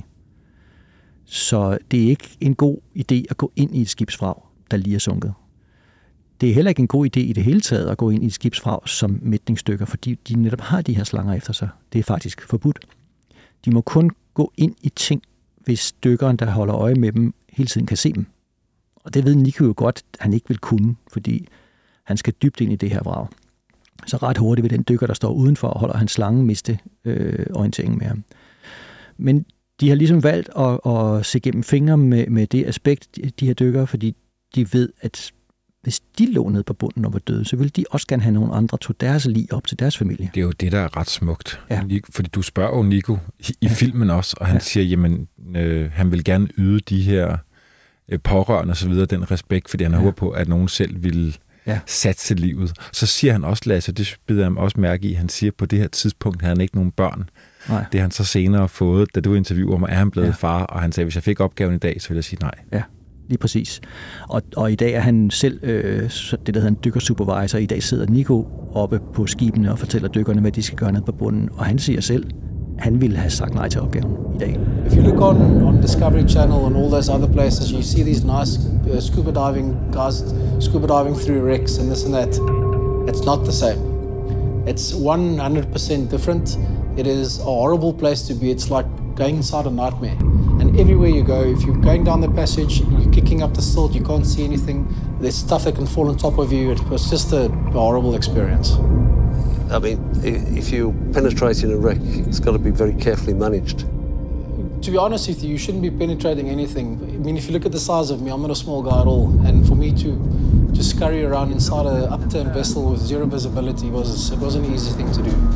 Så det er ikke en god idé at gå ind i et skibsvrag, der lige er sunket. Det er heller ikke en god idé i det hele taget at gå ind i et skibsvrag som mætningsdykker, fordi de netop har de her slanger efter sig. Det er faktisk forbudt. De må kun gå ind i ting, hvis dykkeren, der holder øje med dem, hele tiden kan se dem. Og det ved Nico jo godt, at han ikke vil kunne, fordi han skal dybt ind i det her vrag. Så ret hurtigt vil den dykker, der står udenfor og holder hans slange, miste øh, orienteringen med ham. Men de har ligesom valgt at, at se gennem fingre med, med det aspekt, de her dykkere, fordi de ved, at hvis de lå ned på bunden og var døde, så ville de også gerne have nogle andre, tog deres lig op til deres familie. Det er jo det, der er ret smukt. Ja. Fordi du spørger jo Nico i, i ja. filmen også, og han ja. siger, jamen, øh, han vil gerne yde de her øh, pårørende og så videre den respekt, fordi han ja. håber på, at nogen selv vil ja. satse livet. Så siger han også, Lasse, det bider han også mærke i, han siger, på det her tidspunkt havde han ikke nogen børn. Nej. Det har han så senere fået, da du interviewer mig, er han blevet ja. far, og han sagde, hvis jeg fik opgaven i dag, så ville jeg sige nej. Ja. Lige præcis. Og, og i dag er han selv øh, det, der hedder en dykkersupervisor. I dag sidder Nico oppe på skibene og fortæller dykkerne, hvad de skal gøre ned på bunden. Og han siger selv, han ville have sagt nej til opgaven i dag. If you look on, on Discovery Channel and all those other places, you see these nice uh, scuba diving guys scuba diving through wrecks and this and that. It's not the same. It's one hundred percent different. It is a horrible place to be. It's like going inside a nightmare. And everywhere you go, if you're going down the passage, you're kicking up the silt, you can't see anything. There's stuff that can fall on top of you. It was just a horrible experience. I mean, if you're penetrating a wreck, it's got to be very carefully managed. To be honest with you, you shouldn't be penetrating anything. I mean, if you look at the size of me, I'm not a small guy at all. And for me to just scurry around inside an upturned vessel with zero visibility was it wasn't an easy thing to do.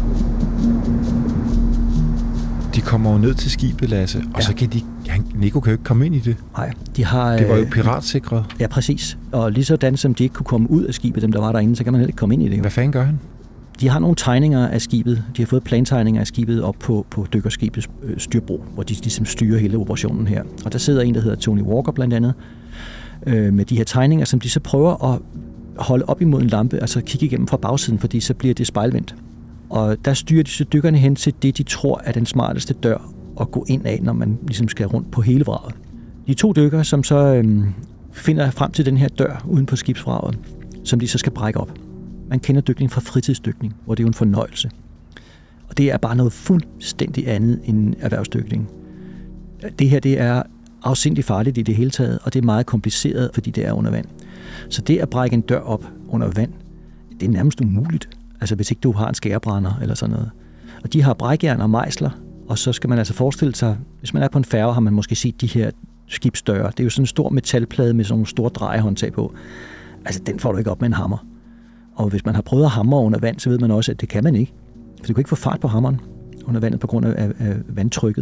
De kommer jo ned til skibet, Lasse, og ja. så kan de... Han, Nico kan jo ikke komme ind i det. Nej, de har... Det var jo piratsikret. Ja, præcis. Og lige sådan som de ikke kunne komme ud af skibet, dem der var derinde, så kan man heller ikke komme ind i det. Hvad fanden gør han? De har nogle tegninger af skibet. De har fået plantegninger af skibet op på, på dykkerskibets øh, styrbro, hvor de ligesom styrer hele operationen her. Og der sidder en, der hedder Tony Walker blandt andet, øh, med de her tegninger, som de så prøver at holde op imod en lampe, altså kigge igennem fra bagsiden, fordi så bliver det spejlvendt. Og der styrer de så dykkerne hen til det, de tror er den smarteste dør at gå ind af, når man ligesom skal rundt på hele vraget. De to dykkere, som så øhm, finder frem til den her dør uden på skibsvraget, som de så skal brække op. Man kender dykning fra fritidsdykning, hvor det er jo en fornøjelse. Og det er bare noget fuldstændig andet end erhvervsdykning. Det her, det er afsindigt farligt i det hele taget, og det er meget kompliceret, fordi det er under vand. Så det at brække en dør op under vand, det er nærmest umuligt. Altså hvis ikke du har en skærebrænder eller sådan noget. Og de har brækjern og mejsler, og så skal man altså forestille sig, hvis man er på en færge, har man måske set de her skibsdøre. Det er jo sådan en stor metalplade med sådan nogle store drejehåndtag på. Altså den får du ikke op med en hammer. Og hvis man har prøvet at hamre under vand, så ved man også, at det kan man ikke. For du kan ikke få fart på hammeren under vandet på grund af, af vandtrykket.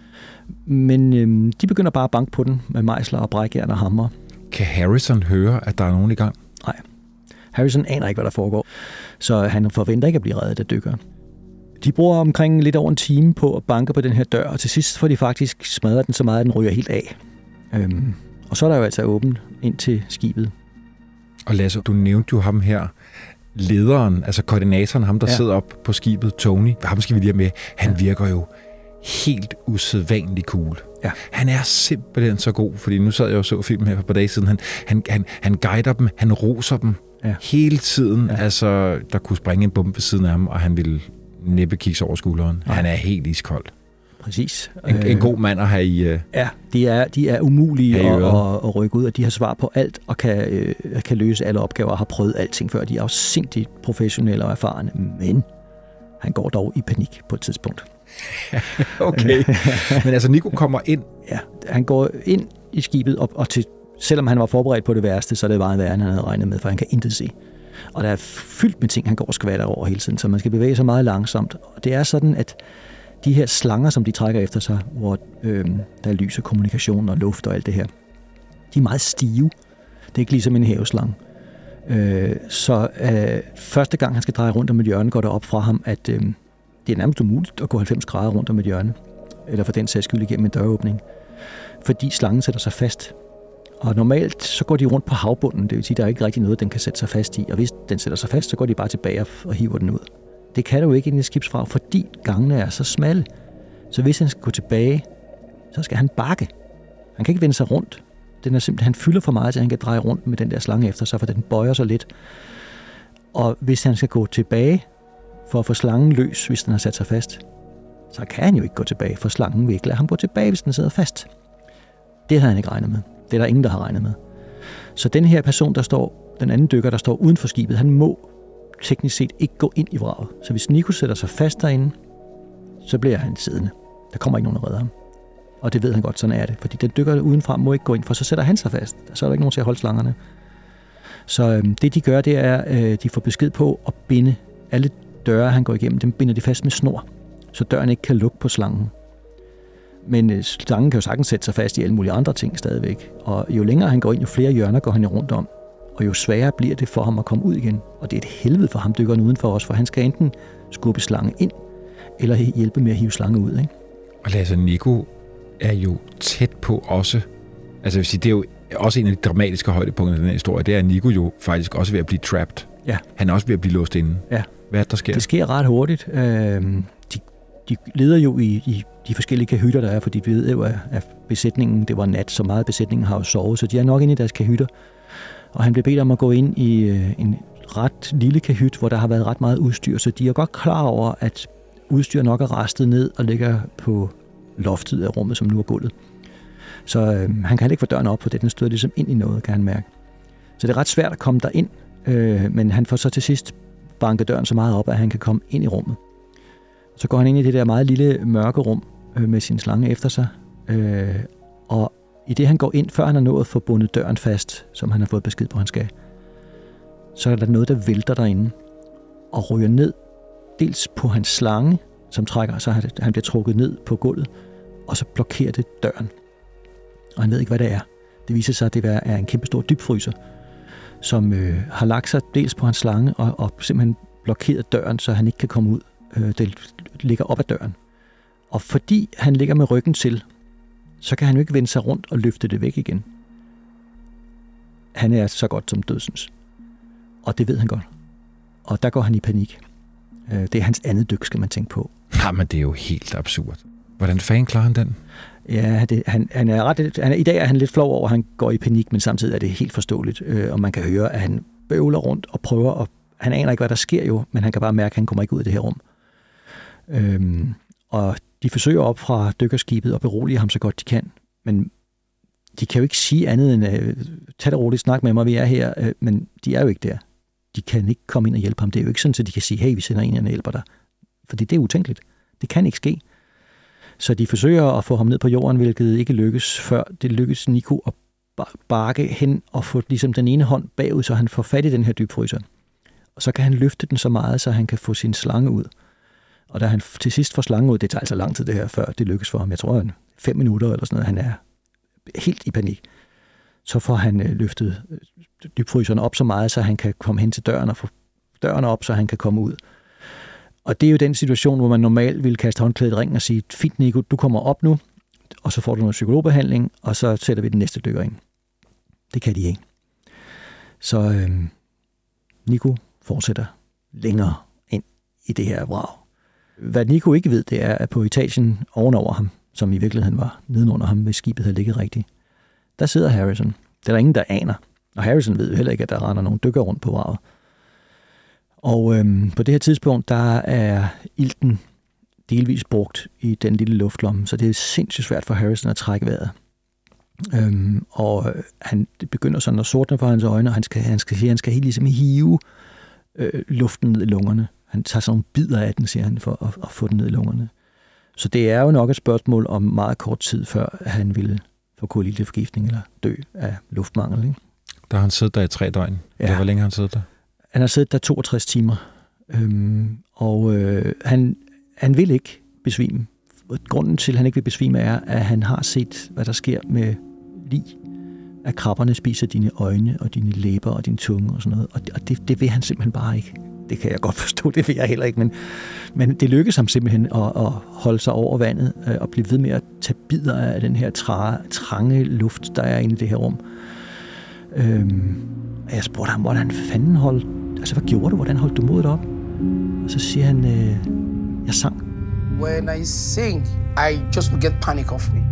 Men øhm, de begynder bare at banke på den med mejsler og brækjern og hamre. Kan Harrison høre, at der er nogen i gang? Nej. Harrison aner ikke, hvad der foregår. Så han forventer ikke at blive reddet af dykkeren. De bruger omkring lidt over en time på at banke på den her dør, og til sidst får de faktisk smadret den så meget, at den ryger helt af. Øhm, og så er der jo altså åbent ind til skibet. Og Lasse, du nævnte jo ham her, lederen, altså koordinatoren, ham der ja. sidder op på skibet, Tony. Ham skal vi lige have med. Han ja. virker jo helt usædvanligt cool. Ja. Han er simpelthen så god, fordi nu sad jeg og så filmen her for et par dage siden. Han, han, han, han guider dem, han roser dem ja. hele tiden. Ja. Altså, der kunne springe en bombe ved siden af ham, og han ville næppe kigge over skulderen. Ja. Han er helt iskold. Præcis. En, en god mand at have i... Uh, ja, de er, de er umulige at, at, at rykke ud, og de har svar på alt, og kan, øh, kan løse alle opgaver, og har prøvet alting før. De er jo sindssygt professionelle og erfarne, men han går dog i panik på et tidspunkt. Okay. Men altså, Nico kommer ind. Ja, han går ind i skibet, og, og til, selvom han var forberedt på det værste, så er det meget værre, end han havde regnet med, for han kan intet se. Og der er fyldt med ting, han går og skvatter over hele tiden, så man skal bevæge sig meget langsomt. Og det er sådan, at de her slanger, som de trækker efter sig, hvor øh, der er lys og kommunikation og luft og alt det her, de er meget stive. Det er ikke ligesom en haveslange. Øh, så øh, første gang, han skal dreje rundt om et hjørne, går det op fra ham, at øh, det er nærmest umuligt at gå halvfems grader rundt om et hjørne, eller for den sags skyld igennem en døråbning, fordi slangen sætter sig fast. Og normalt så går de rundt på havbunden, det vil sige, at der er ikke rigtig noget, den kan sætte sig fast i, og hvis den sætter sig fast, så går de bare tilbage og hiver den ud. Det kan du ikke ind i skibsvrag, fordi gangene er så smalle. Så hvis han skal gå tilbage, så skal han bakke. Han kan ikke vende sig rundt. Den er simpelthen, han fylder for meget, til han kan dreje rundt med den der slange efter sig, for den bøjer sig lidt. Og hvis han skal gå tilbage for at få slangen løs, hvis den har sat sig fast, så kan han jo ikke gå tilbage, for slangen vil ikke lade ham gå tilbage, hvis den sidder fast. Det har han ikke regnet med. Det er der ingen, der har regnet med. Så den her person, der står, den anden dykker, der står uden for skibet, han må teknisk set ikke gå ind i vraget. Så hvis Nico sætter sig fast derinde, så bliver han siddende. Der kommer ikke nogen, der redder ham. Og det ved han godt, sådan er det. Fordi den dykker udenfra må ikke gå ind, for så sætter han sig fast. Så er der ikke nogen til at holde slangerne. Så øhm, det de gør, det er, øh, de får besked på at binde alle døre, han går igennem, dem binder de fast med snor, så døren ikke kan lukke på slangen. Men øh, slangen kan jo sagtens sætte sig fast i alle mulige andre ting stadigvæk. Og jo længere han går ind, jo flere hjørner går han jo rundt om. Og jo sværere bliver det for ham at komme ud igen. Og det er et helvede for ham, dykkeren udenfor os, for han skal enten skubbe slange ind, eller hjælpe med at hive slange ud. Ikke? Og Lasse, Nico er jo tæt på også, altså jeg vil sige, det er jo også en af de dramatiske højdepunkter i den her historie, det er, at Nico jo faktisk også ved at blive trapped. Ja. Han er også ved at blive låst inde. Ja. Hvad er det, der sker? Det sker ret hurtigt. De, de leder jo i, i de forskellige kahytter, der er, fordi vi ved jo, at besætningen, det var nat, så meget besætningen har jo sovet, så de er nok inde i deres kahytter. Og han blev bedt om at gå ind i en ret lille kahyt, hvor der har været ret meget udstyr, så de er godt klar over, at udstyr nok er restet ned og ligger på loftet af rummet, som nu er gulvet. Så øh, han kan heller ikke få døren op, for det den støder ligesom ind i noget, kan han mærke. Så det er ret svært at komme derind, øh, men han får så til sidst banket døren så meget op, at han kan komme ind i rummet. Så går han ind i det der meget lille mørke rum øh, med sin slange efter sig, øh, og i det han går ind, før han har nået at få bundet døren fast, som han har fået besked på, han skal, så er der noget, der vælter derinde og ryger ned, dels på hans slange, som trækker, så han bliver trukket ned på gulvet, og så blokerer det døren. Og han ved ikke, hvad det er. Det viser sig, at det er en kæmpestor dybfryser, som øh, har lagt sig dels på hans slange, og, og simpelthen blokeret døren, så han ikke kan komme ud. Øh, det ligger op ad døren. Og fordi han ligger med ryggen til, så kan han jo ikke vende sig rundt og løfte det væk igen. Han er så godt som dødsens. Og det ved han godt. Og der går han i panik. Øh, det er hans andet dyk, skal man tænke på. Jamen, det er jo helt absurd. Hvordan fanden klarer han den? Ja, det, han, han er ret, han er, i dag er han lidt flov over, at han går i panik, men samtidig er det helt forståeligt. Øh, og man kan høre, at han bøvler rundt og prøver, og han aner ikke, hvad der sker jo, men han kan bare mærke, at han kommer ikke ud af det her rum. Øhm, og de forsøger op fra dykkerskibet og berolige ham så godt de kan, men de kan jo ikke sige andet end, øh, tag det roligt, snak med mig, vi er her, øh, men de er jo ikke der. De kan ikke komme ind og hjælpe ham. Det er jo ikke sådan, at de kan sige, hey, vi sender en ind og hjælper dig. Fordi det er utænkeligt. Det kan ikke ske. Så de forsøger at få ham ned på jorden, hvilket ikke lykkes, før det lykkes Nico at bakke hen og få ligesom den ene hånd bagud, så han får fat i den her dybfryser. Og så kan han løfte den så meget, så han kan få sin slange ud. Og da han til sidst får slangen ud, det tager altså lang tid det her, før det lykkes for ham. Jeg tror, han fem minutter eller sådan noget, han er helt i panik. Så får han øh, løftet dybfryseren op så meget, så han kan komme hen til døren og få døren op, så han kan komme ud. Og det er jo den situation, hvor man normalt ville kaste håndklædet i ringen og sige, fint Nico, du kommer op nu, og så får du noget psykologbehandling, og så sætter vi den næste dykker ind. Det kan de ikke. Så øh, Nico fortsætter længere ind i det her vrag. Hvad Nico ikke ved, det er, at på etagen ovenover ham, som i virkeligheden var nedenunder ham, hvis skibet havde ligget rigtigt, der sidder Harrison. Det er der ingen, der aner. Og Harrison ved jo heller ikke, at der render nogle dykker rundt på vraget. Og øhm, på det her tidspunkt, der er ilten delvis brugt i den lille luftlomme, så det er sindssygt svært for Harrison at trække vejret. Øhm, og han det begynder sådan at sortne for hans øjne, og han skal, han skal, han skal helt ligesom hive øh, luften ned i lungerne. Han tager sådan nogle bidder af den, siger han, for at, at få den ned i lungerne. Så det er jo nok et spørgsmål om meget kort tid, før han ville få kulilteforgiftning eller dø af luftmangel. Ikke? Der har han siddet der i tre døgn. Ja. Hvor længe har han siddet der? Han har siddet der toogtres timer, øhm, og øh, han, han vil ikke besvime. Grunden til, at han ikke vil besvime, er, at han har set, hvad der sker med lig. At krabberne spiser dine øjne og dine læber og din tunge og sådan noget, og det, det vil han simpelthen bare ikke. Det kan jeg godt forstå, det vil jeg heller ikke, men, men det lykkes ham simpelthen at, at holde sig over vandet øh, og blive ved med at tage bidder af den her tra, trange luft, der er inde i det her rum. Øhm, og jeg spurgte ham, hvordan fanden holdt, altså hvad gjorde du, hvordan holdt du modet op? Og så siger han, øh, jeg sang. When I sing, I just get panic off me.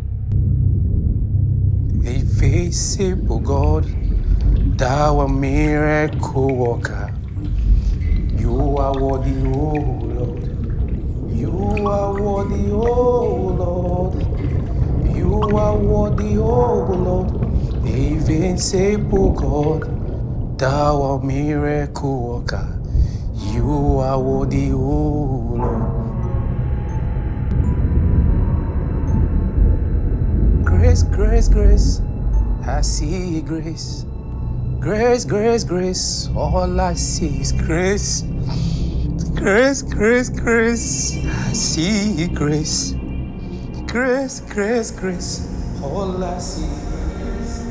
Invisible God, thou a miracle worker. You are worthy, oh Lord. You are worthy, oh Lord. You are worthy, oh Lord. Invincible God, thou a miracle worker. You are worthy, oh Lord. Grace, grace, grace, I see grace. Grace, grace, grace, all I see is grace. Grace, grace, grace, I see grace. Grace, grace, grace, all I see is grace.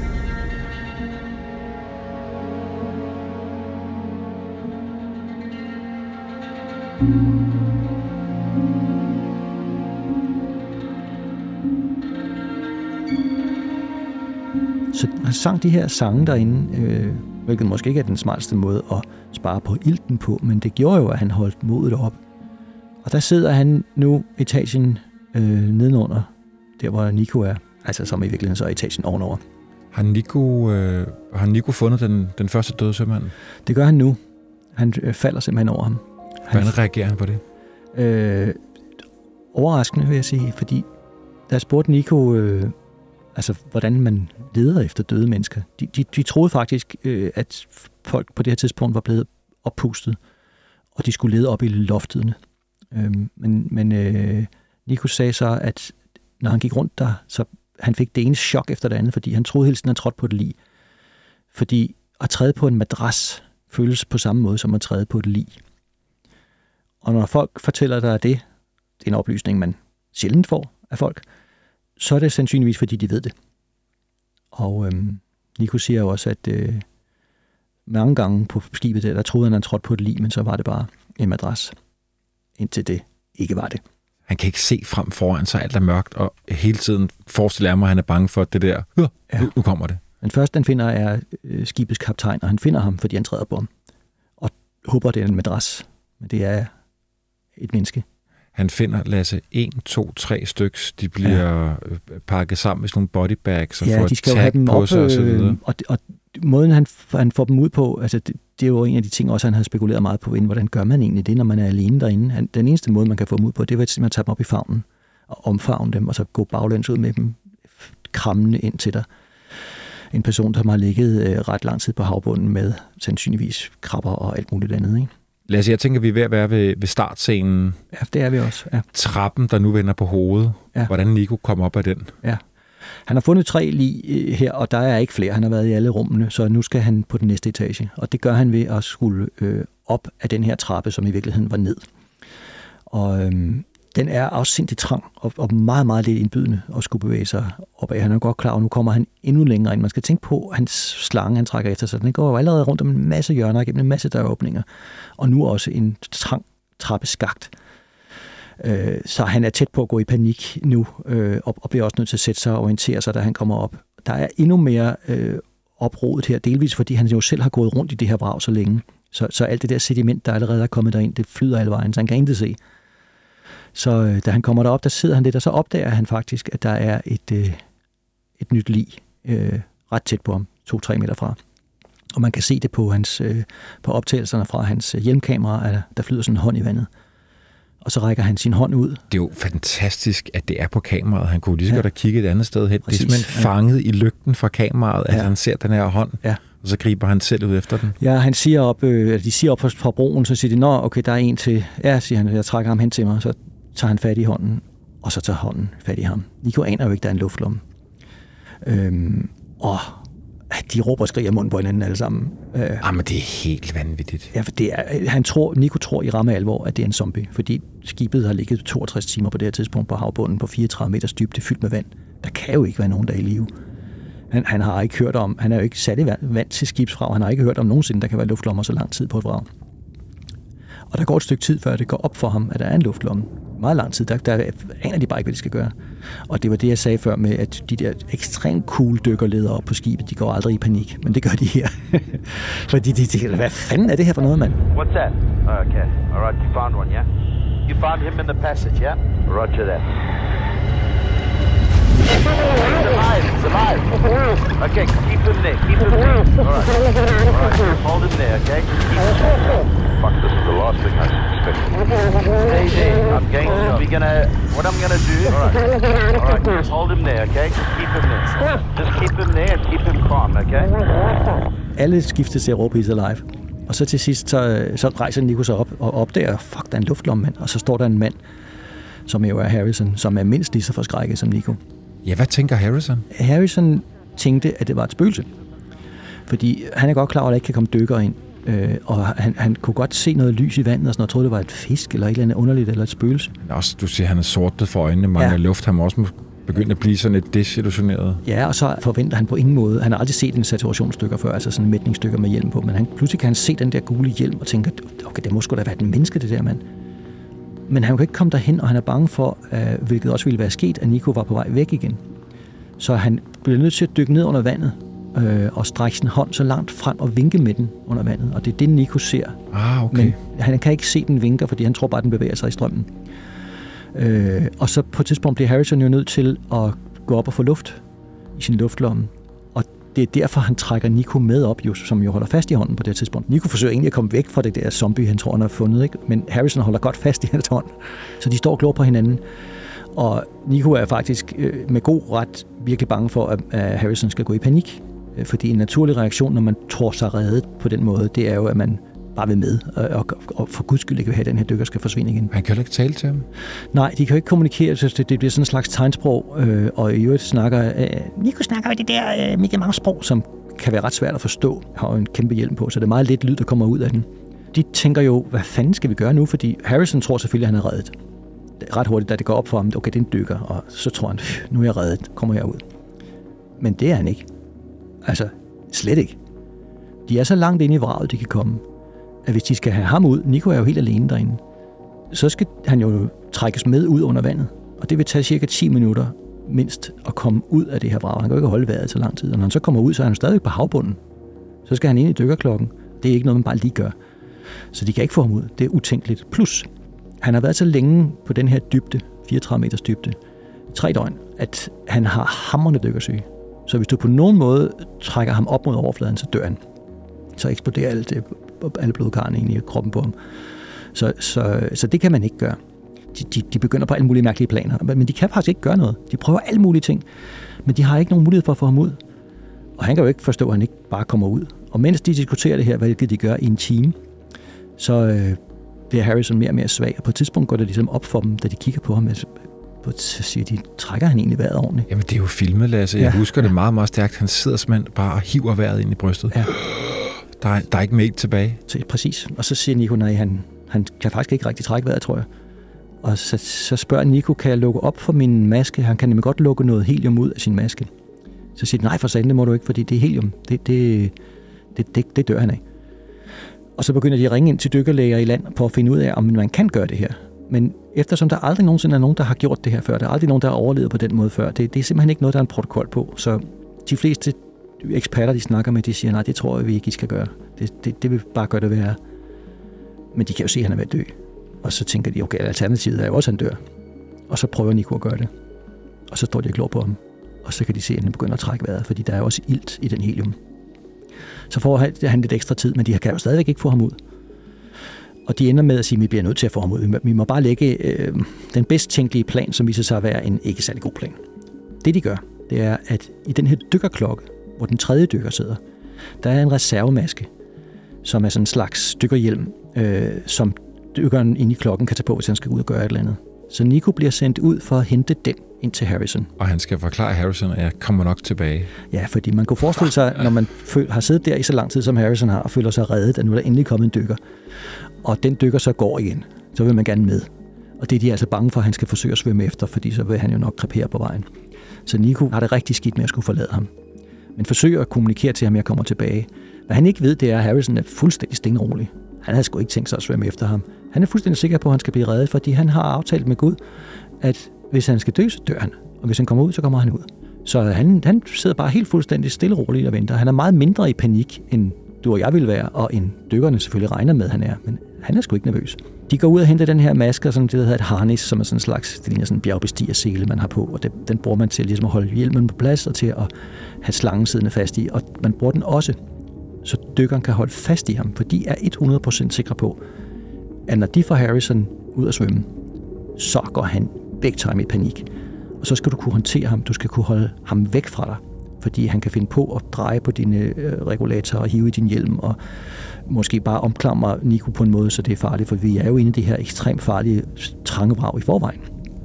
Så han sang de her sange derinde, øh, hvilket måske ikke er den smarteste måde at spare på ilten på, men det gjorde jo, at han holdt modet op. Og der sidder han nu etagen øh, nedenunder, der hvor Nico er, altså som i virkeligheden så er etagen ovenover. Har Nico, øh, har Nico fundet den, den første døde sømand? Det gør han nu. Han øh, falder simpelthen over ham. Han, Hvordan reagerer han på det? Øh, overraskende, vil jeg sige, fordi da jeg spurgte Nico, øh, altså hvordan man leder efter døde mennesker. De, de, de troede faktisk, øh, at folk på det her tidspunkt var blevet oppustet, og de skulle lede op i loftene. Øh, men men øh, Nico sagde så, at når han gik rundt der, så han fik det ene chok efter det andet, fordi han troede hele tiden, at han trådte på et lig. Fordi at træde på en madras føles på samme måde, som at træde på et lig. Og når folk fortæller dig det, det er en oplysning, man sjældent får af folk, så er det sandsynligvis, fordi de ved det. Og øhm, Nico siger jo også, at øh, mange gange på skibet der, der troede han, han trådte på et lig, men så var det bare en madras, indtil det ikke var det. Han kan ikke se frem foran sig, alt er mørkt, og hele tiden forestiller jeg mig, at han er bange for det der. Ja, nu, nu kommer det. Men først, han finder, er øh, skibets kaptajn, og han finder ham, fordi han træder på ham, og håber, det er en madras. Men det er et menneske. Han finder, Lasse, en, to, tre styks. De bliver ja. pakket sammen med sådan nogle bodybags og ja, får de skal tag jo have dem på op, sig og så videre. Øh, og, og måden, han, han får dem ud på, altså det, det er jo en af de ting, også han havde spekuleret meget på, inden, hvordan gør man egentlig det, når man er alene derinde. Han, den eneste måde, man kan få dem ud på, det er at man tager dem op i favnen og omfavne dem, og så gå baglæns ud med dem, krammende ind til dig. En person, der har ligget øh, ret lang tid på havbunden med sandsynligvis krabber og alt muligt andet, ikke? Lasse, jeg tænker, vi er ved at være ved, ved startscenen. Ja, det er vi også. Ja. Trappen, der nu vender på hovedet. Ja. Hvordan Nico kommer op af den. Ja. Han har fundet tre lig her, og der er ikke flere. Han har været i alle rummene, så nu skal han på den næste etage. Og det gør han ved at skulle øh, op af den her trappe, som i virkeligheden var ned. Og øhm, den er afsindigt trang og, og meget, meget lidt indbydende at skulle bevæge sig opad. Han er godt klar, og nu kommer han endnu længere ind. Man skal tænke på, at hans slange, han trækker efter sig, den går jo allerede rundt om en masse hjørner, gennem en masse døråbninger. Og nu også en trang trappeskagt. Øh, så han er tæt på at gå i panik nu, øh, og, og bliver også nødt til at sætte sig og orientere sig, da han kommer op. Der er endnu mere øh, oprodet her, delvis fordi han jo selv har gået rundt i det her vrag så længe. Så, så alt det der sediment, der allerede er kommet derind, det flyder alle vejen, så han kan ikke se. Så øh, da han kommer derop, der sidder han lidt, og så opdager han faktisk, at der er et, øh, et nyt lig øh, ret tæt på ham, to-tre meter fra. Og man kan se det på, hans, øh, på optagelserne fra hans øh, hjelmkamera, at der flyder sådan en hånd i vandet. Og så rækker han sin hånd ud. Det er jo fantastisk, at det er på kameraet. Han kunne lige så godt have kigget et andet sted hen. Præcis. Det er simpelthen fanget ja. i lygten fra kameraet, at ja. han ser den her hånd, ja. og så griber han selv ud efter den. Ja, han siger op, øh, de siger op fra, fra broen, så siger de, nå, okay, der er en til. Ja, siger han, jeg trækker ham hen til mig. Så tager han fat i hånden, og så tager hånden fat i ham. Nico aner jo ikke, der er en luftlomme. Øhm, og de råber og skriger munden på hinanden alle sammen. Ah, men det er helt vanvittigt. Ja, for det er, han tror, Nico tror i ramme alvor, at det er en zombie, fordi skibet har ligget toogtres timer på det her tidspunkt på havbunden på fireogtredive meters dybde, fyldt med vand. Der kan jo ikke være nogen, der er i live. Han, han har ikke hørt om, han er jo ikke sat i vand til skibsvrag, han har ikke hørt om nogensinde, der kan være luftlommer så lang tid på et vrag. Og der går et stykke tid, før det går op for ham, at der er en luftlomme. Meget lang tid, der, der aner de bare ikke, hvad de skal gøre. Og det var det, jeg sagde før med, at de der ekstremt cool dykkerledere op på skibet, de går aldrig i panik. Men det gør de her. Fordi de tænker, hvad fanden er det her for noget, mand? What's that? Okay, alright, you found one, yeah? You found him in the passage, yeah? Roger that. He's alive, he's alive. Okay, keep him there, keep him there. Alright, alright, hold him there, okay? Keep Fuck, this is the last thing I expected. Stay there, I'm going to be gonna, what I'm gonna do, alright, alright, just hold him there, okay? Keep him there. Just keep him there and keep him calm, okay? Alle skifter til at råbe, he's alive. Og så til sidst, så, så rejser Nico sig op og opdager, fuck, der er en luftlomme, mand. Og så står der en mand, som jo er Harrison, som er mindst lige så forskrækket som Nico. Ja, hvad tænker Harrison? Harrison tænkte, at det var et spøgelse. Fordi han er godt klar over, at der ikke kan komme dykkere ind. Øh, og han, han kunne godt se noget lys i vandet, og sådan noget. Troede, det var et fisk, eller et eller andet underligt, eller et spøgelse. Men også, du siger, han er sortet for øjnene, mangler ja. luft. Han må også begynde at blive sådan lidt desillusioneret. Ja, og så forventer han på ingen måde. Han har aldrig set en saturationsstykker før, altså sådan en mætningsstykker med hjelm på. Men han, pludselig kan han se den der gule hjelm og tænker, okay, det må sgu da være den menneske, det der mand. Men han kan ikke komme derhen, og han er bange for, uh, hvilket også ville være sket, at Nico var på vej væk igen. Så han bliver nødt til at dykke ned under vandet, øh, og strække sin hånd så langt frem og vinke med den under vandet. Og det er det, Nico ser. Ah, okay. Men han kan ikke se den vinker, fordi han tror bare, den bevæger sig i strømmen. Øh, og så på et tidspunkt bliver Harrison jo nødt til at gå op og få luft i sin luftlomme. Og det er derfor, han trækker Nico med op, jo, som jo holder fast i hånden på det tidspunkt. Nico forsøger egentlig at komme væk fra det der zombie, han tror, han har fundet, ikke? Men Harrison holder godt fast i hans hånd. Så de står og glor på hinanden. Og Nico er faktisk øh, med god ret virkelig bange for, at, at Harrison skal gå i panik. Øh, fordi en naturlig reaktion, når man tror sig reddet på den måde, det er jo, at man bare vil med, og, og, og for guds skyld ikke vil have, at den her dykker skal forsvinde igen. Han kan jo ikke tale til ham? Nej, de kan jo ikke kommunikere, så det, det bliver sådan en slags tegnsprog, øh, og i øvrigt snakker, øh, Nico snakker med det der øh, Mickey Mouse-sprog, som kan være ret svært at forstå. Har jo en kæmpe hjelm på, så det er meget lidt lyd, der kommer ud af den. De tænker jo, hvad fanden skal vi gøre nu, fordi Harrison tror selvfølgelig, at han er reddet. Ret hurtigt, da det går op for ham, okay, det er en dykker, og så tror han, nu er jeg reddet, kommer jeg ud. Men det er han ikke. Altså, slet ikke. De er så langt inde i vraget, de kan komme, at hvis de skal have ham ud, Nico er jo helt alene derinde, så skal han jo trækkes med ud under vandet. Og det vil tage cirka ti minutter mindst at komme ud af det her vrag. Han kan jo ikke holde vejret så lang tid. Og når han så kommer ud, så er han stadig på havbunden. Så skal han ind i dykkerklokken. Det er ikke noget, man bare lige gør. Så de kan ikke få ham ud. Det er utænkeligt. Plus, han har været så længe på den her dybde, fireogtredive meters dybde, i tre døgn, at han har hamrende dykkersyge. Så hvis du på nogen måde trækker ham op mod overfladen, så dør han. Så eksploderer alt det, alle blodkarrene ind i kroppen på ham. Så, så, så det kan man ikke gøre. De, de, de begynder på alle mulige mærkelige planer, men de kan faktisk ikke gøre noget. De prøver alle mulige ting, men de har ikke nogen mulighed for at få ham ud. Og han kan jo ikke forstå, at han ikke bare kommer ud. Og mens de diskuterer det her, hvilket de gør i en time, så øh, bliver Harrison mere og mere svag, og på et tidspunkt går det ligesom op for dem, da de kigger på ham. så siger de, trækker han egentlig vejret ordentligt? Jamen, det er jo filmet, Lasse. Jeg ja. husker det meget, meget stærkt. Han sidder simpelthen bare og hiver vejret ind i brystet. Ja. Der, er, der er ikke mere til tilbage. Præcis. Og så siger Nico, nej, han, han kan faktisk ikke rigtig trække vejret, tror jeg. Og så, så spørger Nico, kan jeg lukke op for min maske? Han kan nemlig godt lukke noget helium ud af sin maske. Så siger de, nej for satan, det må du ikke, fordi det er helium. Det, det, det, det, det dør han af. Og så begynder de at ringe ind til dykkerlæger i land for at finde ud af, om man kan gøre det her. Men eftersom der aldrig nogensinde er nogen, der har gjort det her før, der er aldrig nogen, der har overlevet på den måde før, det, det er simpelthen ikke noget, der er en protokol på. Så de fleste eksperter, de snakker med, de siger, nej, det tror jeg, vi ikke I skal gøre. Det, det, det vil bare gøre det værre. Men de kan jo se, at han er ved at dø. Og så tænker de, okay, alternativet er jo også, at han dør. Og så prøver Nico at gøre det. Og så står de og glor på ham. Og så kan de se, at han begynder at trække vejret, fordi der er jo også ilt i den helium. Så får han lidt ekstra tid, men de kan jo stadigvæk ikke få ham ud. Og de ender med at sige, at vi bliver nødt til at få ham ud. Vi må bare lægge øh, den bedst tænkelige plan, som viser sig at være en ikke særlig god plan. Det de gør, det er, at i den her dykkerklokke, hvor den tredje dykker sidder, der er en reservemaske, som er sådan en slags dykkerhjelm, øh, som dykkeren inde i klokken kan tage på, hvis han skal ud og gøre et eller andet. Så Nico bliver sendt ud for at hente den ind til Harrison. Og han skal forklare Harrison, at jeg kommer nok tilbage. Ja, fordi man kunne forestille sig, når man føl- har siddet der i så lang tid, som Harrison har, og føler sig reddet, at nu er der endelig kommet en dykker, og den dykker så går igen, så vil man gerne med. Og det er de altså bange for, at han skal forsøge at svømme efter, fordi så vil han jo nok krepere på vejen. Så Nico har det rigtig skidt med at skulle forlade ham. Men forsøger at kommunikere til ham, at jeg kommer tilbage. Hvad han ikke ved, det er, at Harrison er fuldstændig stenrolig. Han havde sgu ikke tænkt sig at svømme efter ham. Han er fuldstændig sikker på, at han skal blive reddet, fordi han har aftalt med Gud, at hvis han skal dø, så dør han. Og hvis han kommer ud, så kommer han ud. Så han, han sidder bare helt fuldstændig stille og roligt og venter. Han er meget mindre i panik, end du og jeg ville være, og end dykkerne selvfølgelig regner med, at han er. Men han er sgu ikke nervøs. De går ud og henter den her maske, som det hedder et harness, som er sådan en slags, det ligner sådan en bjergbestigersele, man har på, og det, den bruger man til ligesom at holde hjelmen på plads og til at have slangen siddende fast i. Og man bruger den også, så dykkeren kan holde fast i ham, for de er hundrede procent sikre på, at når de får Harrison ud at svømme, så går han big time i panik. Og så skal du kunne håndtere ham, du skal kunne holde ham væk fra dig, fordi han kan finde på at dreje på dine øh, regulatorer og hive i din hjelm, og måske bare omklamre Nico på en måde, så det er farligt, for vi er jo inde i det her ekstremt farlige trangevrag i forvejen.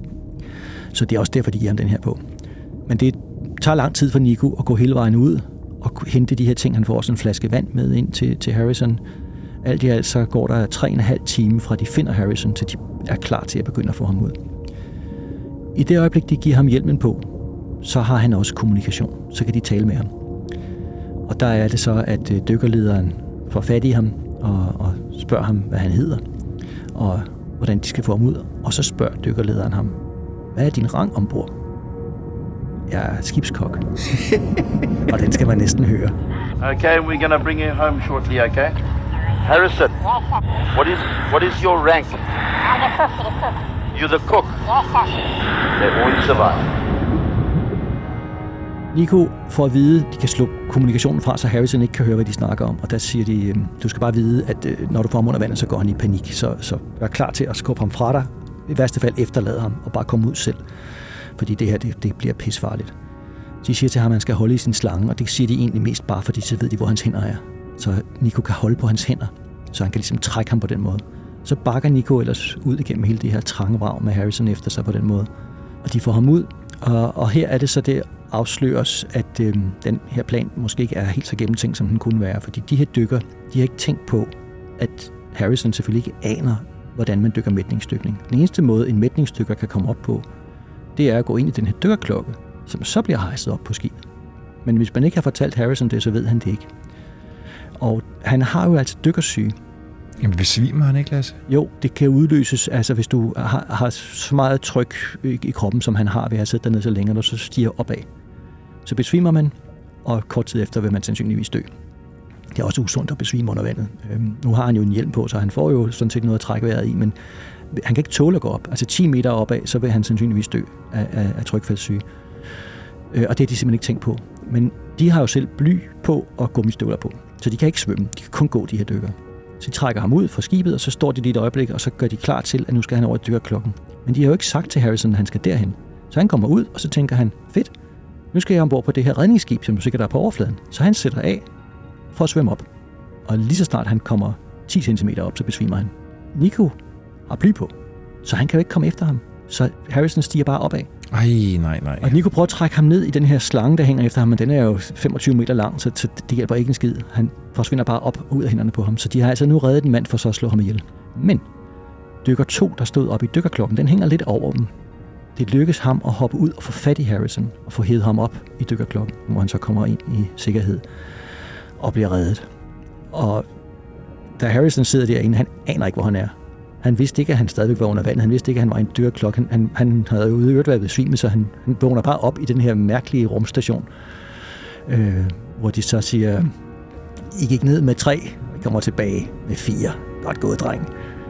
Så det er også derfor, de giver ham den her på. Men det tager lang tid for Nico at gå hele vejen ud og hente de her ting. Han får også en flaske vand med ind til, til Harrison. Alt i alt så går der tre og en halv time fra de finder Harrison, til de er klar til at begynde at få ham ud. I det øjeblik, de giver ham hjelmen på, så har han også kommunikation. Så kan de tale med ham. Og der er det så, at dykkerlederen får fat i ham og, og spørger ham, hvad han hedder, og hvordan de skal få ham ud. Og så spørger dykkerlederen ham, hvad er din rang ombord? Jeg er skibskok. Og den skal man næsten høre. Okay, we're going to bring you home shortly, okay? Harrison, what is what is your rank? You're the cook. They won't survive. Nico får at vide, de kan slå kommunikationen fra, så Harrison ikke kan høre, hvad de snakker om. Og der siger de, du skal bare vide, at når du får ham under vandet, så går han i panik. Så, så vær klar til at skubbe ham fra dig. I værste fald efterlade ham og bare komme ud selv. Fordi det her, det, det bliver pisfarligt. De siger til ham, at han skal holde i sin slange, og det siger de egentlig mest bare, fordi så ved de, hvor hans hænder er. Så Nico kan holde på hans hænder, så han kan ligesom trække ham på den måde. Så bakker Nico ellers ud igennem hele det her trange vrag med Harrison efter sig på den måde. Og de får ham ud, og, og her er det så det afsløres, at øh, den her plan måske ikke er helt så gennemtænkt, som den kunne være. Fordi de her dykker, de har ikke tænkt på, at Harrison selvfølgelig ikke aner, hvordan man dykker mætningsdykning. Den eneste måde, en mætningsdykker kan komme op på, det er at gå ind i den her dykkerklokke, som så bliver hejset op på skibet. Men hvis man ikke har fortalt Harrison det, så ved han det ikke. Og han har jo altså dykkersyge. Jamen besvimer han ikke, Lasse? Jo, det kan udløses, altså hvis du har, har så meget tryk i, i kroppen, som han har ved at sidde dernede så længe, og så stiger opad. Så besvimer man, og kort tid efter vil man sandsynligvis dø. Det er også usundt at besvime under vandet. Øhm, nu har han jo en hjelm på, så han får jo sådan set noget at trække vejret i, men han kan ikke tåle at gå op. Altså ti meter opad, så vil han sandsynligvis dø af, af, af trykfaldssyge. Øh, og det har de simpelthen ikke tænkt på. Men de har jo selv bly på og gummistøvler på, så de kan ikke svømme. De kan kun gå, de her dykkere. Så de trækker ham ud fra skibet, og så står de lige et øjeblik, og så gør de klar til, at nu skal han over i dykkerklokken. Men de har jo ikke sagt til Harrison, at han skal derhen. Så han kommer ud, og så tænker han, fedt, nu skal jeg ombord på det her redningsskib, som sikkert er på overfladen. Så han sætter af for at svømme op. Og lige så snart han kommer ti centimeter op, så besvimer han. Nico har bly på, så han kan jo ikke komme efter ham. Så Harrison stiger bare opad. Ej, nej, nej. Og Nico prøver at trække ham ned i den her slange, der hænger efter ham, men den er jo femogtyve meter lang, så det hjælper ikke en skid. Han forsvinder bare op og ud af hænderne på ham, så de har altså nu reddet en mand for så at slå ham ihjel. Men dykker to, der stod op i dykkerklokken, den hænger lidt over dem. Det lykkes ham at hoppe ud og få fat i Harrison og få hævet ham op i dykkerklokken, hvor han så kommer ind i sikkerhed og bliver reddet. Og da Harrison sidder derinde, han aner ikke, hvor han er. Han vidste ikke, at han stadigvæk var under vandet. Han vidste ikke, at han var i en dykkerklokke. Han, han, han havde jo øvrigt været besvimet, så han, han vågner bare op i den her mærkelige rumstation, øh, hvor de så siger, I gik ned med tre, I kommer tilbage med fire. Godt gået, dreng.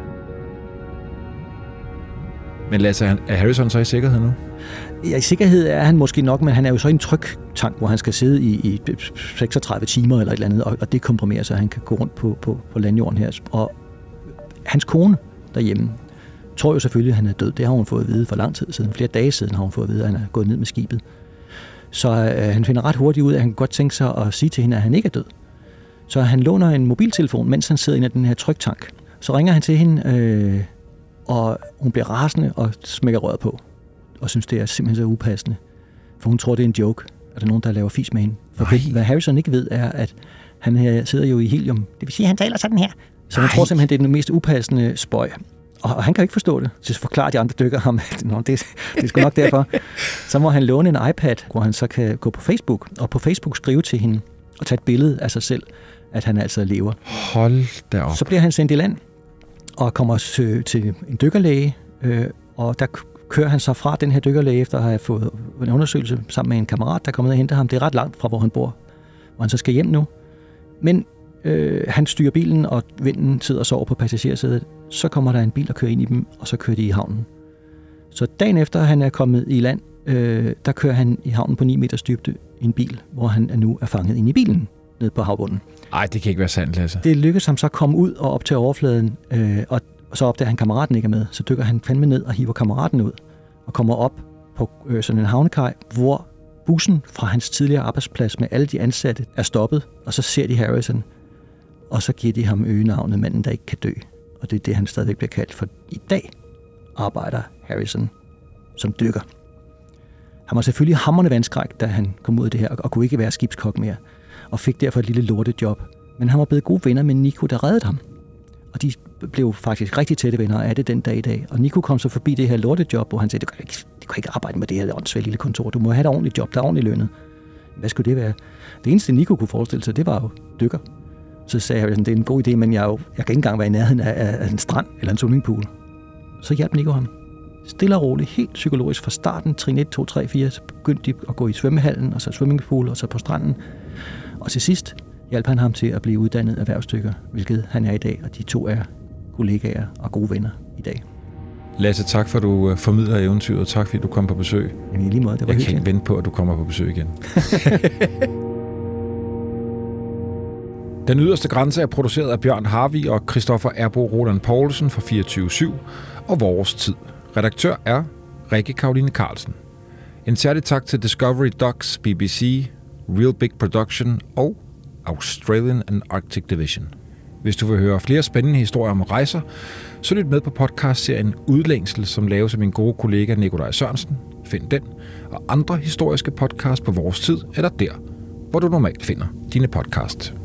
Men Lasse, er Harrison så i sikkerhed nu? Ja, i sikkerhed er han måske nok, men han er jo så i en tryktank, hvor han skal sidde i, i seksogtredive timer eller et eller andet, og, og det komprimerer, så han kan gå rundt på, på, på landjorden her. Og hans kone derhjemme tror jo selvfølgelig, at han er død. Det har hun fået at vide for lang tid siden. Flere dage siden har hun fået at vide, at han er gået ned med skibet. Så øh, han finder ret hurtigt ud af, at han kan godt tænke sig at sige til hende, at han ikke er død. Så han låner en mobiltelefon, mens han sidder inde i den her tryktank. Så ringer han til hende, øh, og hun bliver rasende og smækker røret på. Og synes, det er simpelthen så upassende. For hun tror, det er en joke, at der er nogen, der laver fis med hende. For Nej. Hvad Harrison ikke ved, er, at han her sidder jo i helium. Det vil sige, at han taler sådan her. Så hun Nej. tror simpelthen, det er den mest upassende spøj. Og han kan jo ikke forstå det. Så forklarer de andre dykker ham, at Nå, det, det er sgu nok derfor. Så må han låne en iPad, hvor han så kan gå på Facebook, og på Facebook skrive til hende, og tage et billede af sig selv, at han altså lever. Hold da op. Så bliver han sendt i land, og kommer til en dykkerlæge, øh, og der kører han så fra den her dykkerlæge, efter at have fået en undersøgelse sammen med en kammerat, der kommer ned og henter ham. Det er ret langt fra, hvor han bor, hvor han så skal hjem nu. Men øh, han styrer bilen, og vinden sidder og sover på passagersædet. Så kommer der en bil, der kører ind i dem, og så kører de i havnen. Så dagen efter, han er kommet i land, øh, der kører han i havnen på ni meters dybde i en bil, hvor han er nu er fanget ind i bilen, ned på havbunden. Nej, det kan ikke være sandt, Lasse. Det lykkes ham så at komme ud og op til overfladen, øh, og så opdager han, kammeraten ikke er med. Så dykker han fandme ned og hiver kammeraten ud, og kommer op på øh, sådan en havnekaj, hvor bussen fra hans tidligere arbejdsplads med alle de ansatte er stoppet, og så ser de Harrison, og så giver de ham øgenavnet manden, der ikke kan dø. Og det er det, han stadigvæk bliver kaldt, for i dag arbejder Harrison som dykker. Han var selvfølgelig hamrende vandskræk, da han kom ud af det her, og kunne ikke være skibskok mere, og fik derfor et lille lortejob. Men han var blevet gode venner med Nico, der reddede ham. Og de blev faktisk rigtig tætte venner af det den dag i dag. Og Nico kom så forbi det her lortejob, hvor han sagde, du kan ikke, du kan ikke arbejde med det her åndssvage lille kontor. Du må have et ordentligt job, der er ordentligt lønnet. Hvad skulle det være? Det eneste, Nico kunne forestille sig, det var jo dykker. Så sagde jeg, det er en god idé, men jeg, jo, jeg kan ikke engang være i nærheden af, af en strand eller en swimmingpool. Så hjalp Nico ham. Stille og roligt, helt psykologisk fra starten, trin et, to, tre, fire, så begyndte de at gå i svømmehallen, og så swimmingpool, og så på stranden. Og til sidst hjalp han ham til at blive uddannet erhvervsdykker, hvilket han er i dag, og de to er kollegaer og gode venner i dag. Lasse, tak for, at du formidler eventyret. Tak fordi du kom på besøg. Jamen, i lige måde, det var Jeg hyggeligt. kan ikke vente på, at du kommer på besøg igen. Den yderste grænse er produceret af Bjørn Harvig og Christoffer Erbo Roland Poulsen for fireogtyve syv og Vores Tid. Redaktør er Rikke Karoline Carlsen. En særlig tak til Discovery Docs, B B C, Real Big Production og Australian and Arctic Division. Hvis du vil høre flere spændende historier om rejser, så lyt med på podcastserien Udlængsel, som laves af min gode kollega Nikolaj Sørensen. Find den og andre historiske podcasts på Vores Tid eller der, hvor du normalt finder dine podcasts.